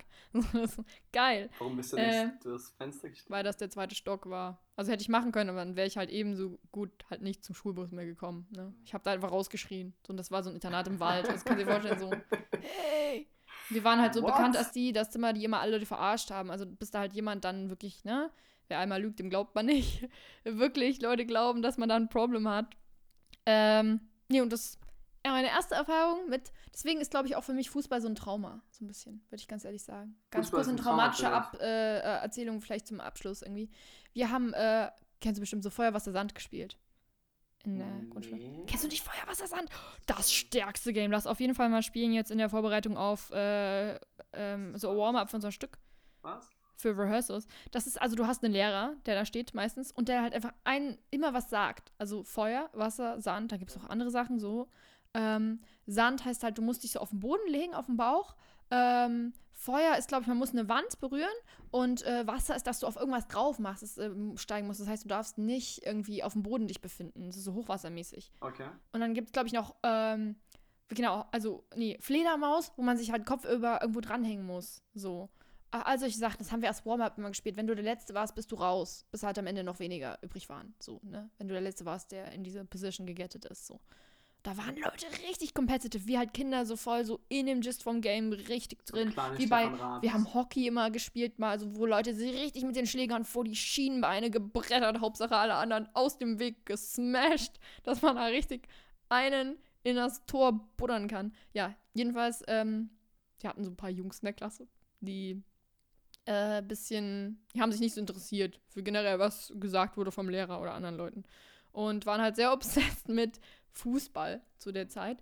Geil. Warum bist du äh, nicht durchs Fenster gestiegen? Weil das der zweite Stock war. Also hätte ich machen können, aber dann wäre ich halt ebenso gut halt nicht zum Schulbus mehr gekommen. Ne? Ich habe da einfach rausgeschrien. So, und das war so ein Internat im Wald. Das kannst du dir vorstellen, so, hey. Wir waren halt so What? bekannt als die, das Zimmer, die immer alle Leute verarscht haben. Also bis da halt jemand dann wirklich, ne, wer einmal lügt, dem glaubt man nicht. Wirklich Leute glauben, dass man da ein Problem hat. Ähm, nee, und das, ja, meine erste Erfahrung mit, deswegen ist, glaube ich, auch für mich Fußball so ein Trauma. So ein bisschen, würde ich ganz ehrlich sagen. Ganz Fußball kurz ist eine ein Trauma traumatische für dich. Ab, äh, äh, Erzählung vielleicht zum Abschluss irgendwie. Wir haben, äh, kennst du bestimmt so Feuerwasser Sand gespielt. In der Grundschule. Nee. Kennst du nicht Feuerwasser Sand? Das stärkste Game. Lass auf jeden Fall mal spielen jetzt in der Vorbereitung auf äh, ähm, so Warm-up für unser Stück. Was? Für Rehearsals. Das ist, also du hast einen Lehrer, der da steht meistens und der halt einfach ein, immer was sagt. Also Feuer, Wasser, Sand, da gibt es auch andere Sachen so. Ähm, Sand heißt halt, du musst dich so auf den Boden legen, auf den Bauch. Ähm, Feuer ist, glaube ich, man muss eine Wand berühren und äh, Wasser ist, dass du auf irgendwas drauf machst, das ähm, steigen musst. Das heißt, du darfst nicht irgendwie auf dem Boden dich befinden. Das ist so hochwassermäßig. Okay. Und dann gibt es, glaube ich, noch, ähm, genau, also, nee, Fledermaus, wo man sich halt kopfüber irgendwo dranhängen muss. So. All solche Sachen, das haben wir als Warm-up immer gespielt. Wenn du der Letzte warst, bist du raus, bis halt am Ende noch weniger übrig waren. So, ne? Wenn du der Letzte warst, der in diese Position gegettet ist. So. Da waren Leute richtig competitive, wie halt Kinder so voll so in dem Gist vom Game richtig drin. kleine Wie bei, Stefan Raab. wir haben Hockey immer gespielt, mal, also wo Leute sich richtig mit den Schlägern vor die Schienenbeine gebrettert, Hauptsache alle anderen aus dem Weg gesmashed, dass man da richtig einen in das Tor buddern kann. Ja, jedenfalls, ähm, wir hatten so ein paar Jungs in der Klasse, die äh, bisschen, die haben sich nicht so interessiert für generell, was gesagt wurde vom Lehrer oder anderen Leuten. Und waren halt sehr obsessed mit Fußball zu der Zeit.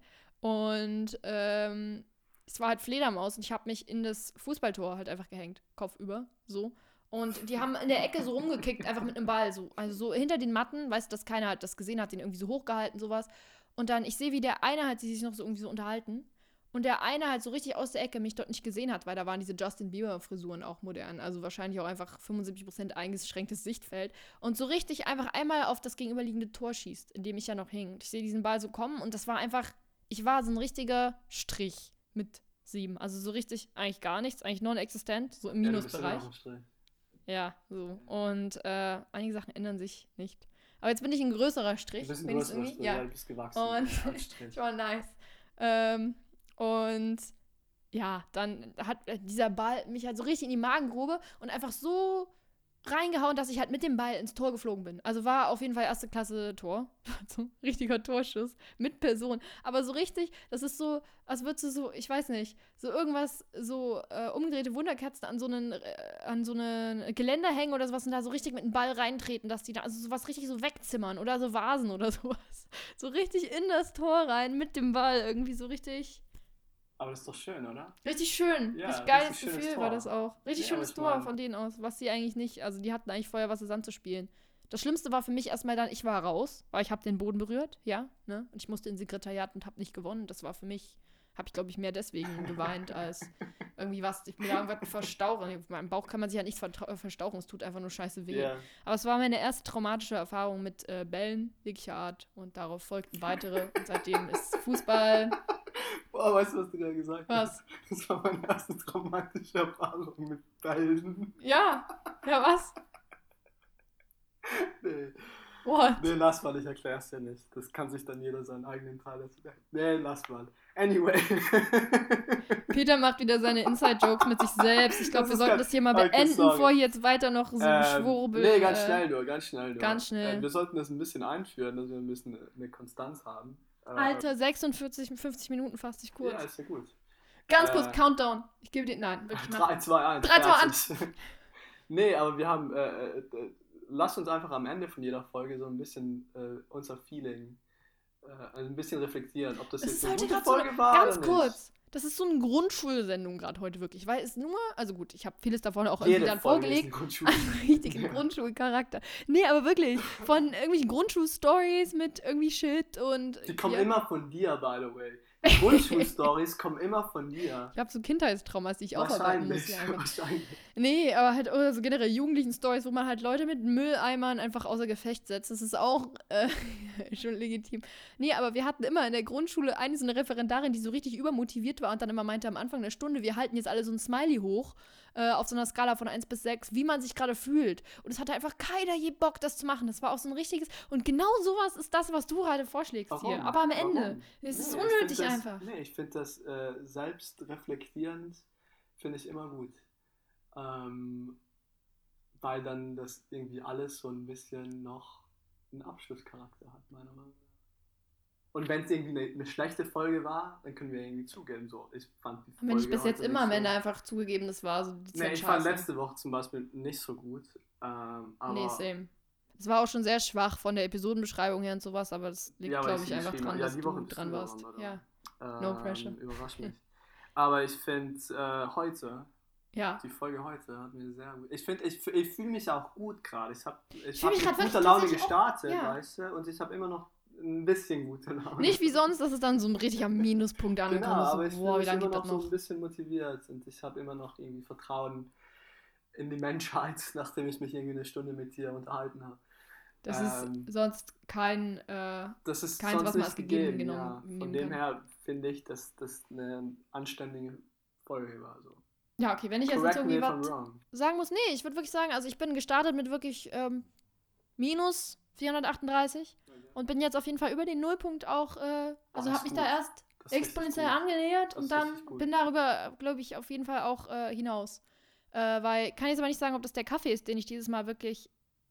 Und ähm, es war halt Fledermaus und ich habe mich in das Fußballtor halt einfach gehängt, kopfüber, so. Und die haben in der Ecke so rumgekickt, einfach mit einem Ball, so. Also so hinter den Matten, weißt du, dass keiner halt das gesehen hat, den irgendwie so hochgehalten, sowas. Und dann, ich sehe, wie der eine halt, die sich noch so irgendwie so unterhalten. und der eine halt so richtig aus der Ecke mich dort nicht gesehen hat, weil da waren diese Justin Bieber-Frisuren auch modern. Also wahrscheinlich auch einfach fünfundsiebzig Prozent eingeschränktes Sichtfeld. Und so richtig einfach einmal auf das gegenüberliegende Tor schießt, in dem ich ja noch hing. Ich sehe diesen Ball so kommen und das war einfach, ich war so ein richtiger Strich mit sieben. Also so richtig eigentlich gar nichts, eigentlich non-existent, so im Ja, du bist immer Minusbereich. noch im Strich. Ja, so. Und äh, einige Sachen ändern sich nicht. Aber jetzt bin ich ein größerer Strich. Du bist ein wenigstens größerer irgendwie. Strich, Ja. ja, du bist gewachsen. Und ja, als Strich. ich war nice. Ähm, und ja, dann hat äh, dieser Ball mich halt so richtig in die Magengrube und einfach so reingehauen, dass ich halt mit dem Ball ins Tor geflogen bin. Also war auf jeden Fall erste Klasse Tor. So ein richtiger Torschuss mit Person. Aber so richtig, das ist so, als würdest du so, ich weiß nicht, so irgendwas, so äh, umgedrehte Wunderkerzen an so einen, äh, an so eine Geländer hängen oder sowas und da so richtig mit dem Ball reintreten, dass die da, also sowas richtig so wegzimmern oder so Vasen oder sowas. So richtig in das Tor rein mit dem Ball. Irgendwie so richtig, Aber das ist doch schön, oder? richtig schön. Ja, richtig geiles richtig schönes Gefühl Tor. war das auch. Richtig Ja, aber schönes ich Tor mein- von denen aus, was sie eigentlich nicht, also die hatten eigentlich vorher was zusammen zu spielen. Das Schlimmste war für mich erstmal dann, ich war raus, weil ich habe den Boden berührt, ja, ne? Und ich musste ins Sekretariat und habe nicht gewonnen. Das war für mich, habe ich glaube ich mehr deswegen geweint, als irgendwie was, ich mir da irgendwas verstauchen. Auf meinem Bauch kann man sich ja nicht vertrau- äh, verstauchen, es tut einfach nur scheiße weh. Ja. Aber es war meine erste traumatische Erfahrung mit äh, Bällen jeglicher Art und darauf folgten weitere und seitdem ist Fußball, Boah, weißt du, was du da gesagt was? hast? Das war meine erste traumatische Erfahrung mit Bällen. Ja, ja was? Nee. What? Nee, lass mal, ich erklär's dir nicht. Das kann sich dann jeder seinen eigenen Teil dazu denken. Nee, lass mal. Anyway. Peter macht wieder seine Inside-Jokes mit sich selbst. Ich glaube, Das wir ist sollten kein- das hier mal okay, beenden, sorry. bevor hier jetzt weiter noch so Geschwurbel. Nee, ganz äh, schnell nur, ganz schnell nur. ganz schnell. Äh, wir sollten das ein bisschen einführen, dass wir ein bisschen eine Konstanz haben. Äh, Alter, sechsundvierzig, fünfzig Minuten fast ich kurz. Ja, ist ja gut. Ganz äh, kurz, Countdown. Ich gebe dir, nein, wirklich mach. drei, zwei, eins. drei, zwei, fertig. Nee, aber wir haben, äh, äh, lasst uns einfach am Ende von jeder Folge so ein bisschen äh, unser Feeling, äh, also ein bisschen reflektieren, ob das Es jetzt ist eine heute gute gerade so Folge eine, war ganz oder nicht. kurz. Das ist so eine Grundschulsendung gerade heute wirklich, weil es nur, also gut, ich habe vieles davon auch Jede irgendwie dann Folge ist vorgelegt. ein Grundschule. Richtigen Ja. Grundschulcharakter. Nee, aber wirklich, von irgendwelchen Grundschulstories mit irgendwie Shit und... Die kommen ja. immer von dir, by the way. Die Grundschulstories kommen immer von dir. Ich habe so Kindheitstraumas, die ich aufarbeiten muss. Wahrscheinlich. Ja, einfach. Wahrscheinlich. Nee, aber halt oder so generell jugendlichen Stories, wo man halt Leute mit Mülleimern einfach außer Gefecht setzt. Das ist auch äh, schon legitim. Nee, aber wir hatten immer in der Grundschule eine so eine Referendarin, die so richtig übermotiviert war und dann immer meinte am Anfang der Stunde, wir halten jetzt alle so ein Smiley hoch äh, auf so einer Skala von eins bis sechs, wie man sich gerade fühlt. Und es hatte einfach keiner je Bock, das zu machen. Das war auch so ein richtiges... Und genau sowas ist das, was du gerade vorschlägst Warum? hier. Aber am Ende. Warum? Es ist Nee, ich unnötig find das, einfach. Nee, ich finde das äh, selbstreflektierend, finde ich immer gut. Ähm, weil dann das irgendwie alles so ein bisschen noch einen Abschlusscharakter hat, meiner Meinung nach. Und wenn es irgendwie eine, eine schlechte Folge war, dann können wir irgendwie zugeben, so, ich fand die Folge Wenn ich bis jetzt heute immer am nicht Ende so. einfach zugegeben, das war so die Nee, Zeit ich fand scheiße. letzte Woche zum Beispiel nicht so gut. Ähm, aber Nee, same. Es war auch schon sehr schwach von der Episodenbeschreibung her und sowas, aber das liegt, Ja, weil glaube ich ich, sie einfach geschrieben dran, habe. Ja, dass die du Woche bist dran du warst. dran, oder? Ja. ähm, no pressure. Überrasch mich. Aber ich finde äh, heute, Ja. die Folge heute hat mir sehr gut. Ich finde, ich, ich fühle mich auch gut gerade. Ich habe ich fühl hab mich mit grad wirklich guter Laune tatsächlich auch- gestartet, ja. weißt du? Und ich habe immer noch ein bisschen gute Laune. Nicht wie sonst, dass es dann so ein richtiger Minuspunkt Genau, angekommen ist. aber ich So, fühle boah, wie mich lange immer geht noch das so noch? ein bisschen motiviert und ich habe immer noch irgendwie Vertrauen in die Menschheit, nachdem ich mich irgendwie eine Stunde mit dir unterhalten habe. Das ähm, ist sonst kein, äh, Das ist Keins, sonst was man nicht als gegeben gegeben, genommen- ja. Von nehmen dem kann. her finde ich, dass das eine anständige Folge war. So. ja, okay, wenn ich jetzt Correct nicht me irgendwie if I'm was wrong. sagen muss, nee, ich würde wirklich sagen, also ich bin gestartet mit wirklich ähm, minus vierhundertachtunddreißig und bin jetzt auf jeden Fall über den Nullpunkt auch, äh, also das habe ist mich gut. da erst Das ist richtig exponentiell gut. angenähert Das und ist dann richtig gut. bin darüber, glaube ich, auf jeden Fall auch äh, hinaus. Äh, weil, kann jetzt aber nicht sagen, ob das der Kaffee ist, den ich dieses Mal wirklich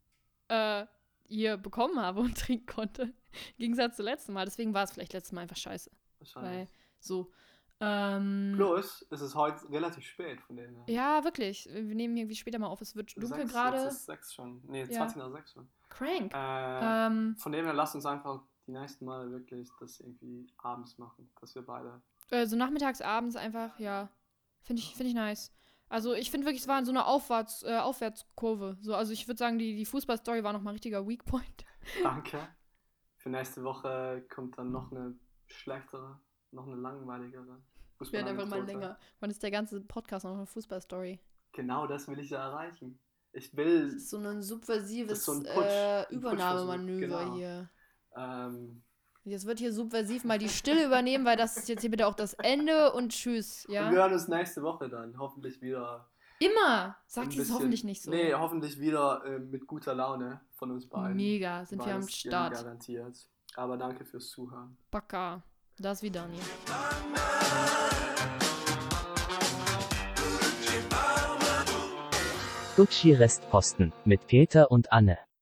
äh, hier bekommen habe und trinken konnte. Im Gegensatz zum letzten Mal. Deswegen war es vielleicht letztes Mal einfach scheiße. Weil, Wahrscheinlich. so. Ähm, Plus, es ist heute relativ spät von dem her. ja, wirklich. Wir nehmen irgendwie später mal auf. Es wird dunkel Sechs, gerade. Jetzt ist sechs schon. Nee, Ja. zwanzig nach sechs schon. Crank. Äh, Ähm, von dem her, lasst uns einfach die nächsten Male wirklich das irgendwie abends machen, dass wir beide. äh, so nachmittags, abends einfach, ja. Finde ich, find ich nice. Also ich finde wirklich, es war in so eine Aufwärts, äh, Aufwärtskurve. So, also ich würde sagen, die, die Fußballstory war nochmal ein richtiger Weakpoint. Danke. Für nächste Woche kommt dann noch eine schlechtere, noch eine langweiligere. Muss Wird man einfach lange mal tot sein. länger. Wann ist der ganze Podcast noch eine Fußballstory? Genau das will ich ja erreichen. Ich will. Das ist so ein subversives Das ist so ein Putsch, äh, ein Übernahmemanöver Putschversuch, genau. hier. Ähm, Jetzt wird hier subversiv mal die Stille übernehmen, weil das ist jetzt hier bitte auch das Ende und tschüss, Und wir ja? hören uns nächste Woche dann. Hoffentlich wieder. Immer! ein Sagt es bisschen- hoffentlich nicht so. Nee, hoffentlich wieder äh, mit guter Laune von uns beiden. Mega, sind Weil wir am das gehen Start. Garantiert. Aber danke fürs Zuhören. Baka. Das wie Daniel. Gucci Restposten mit Peter und Anne.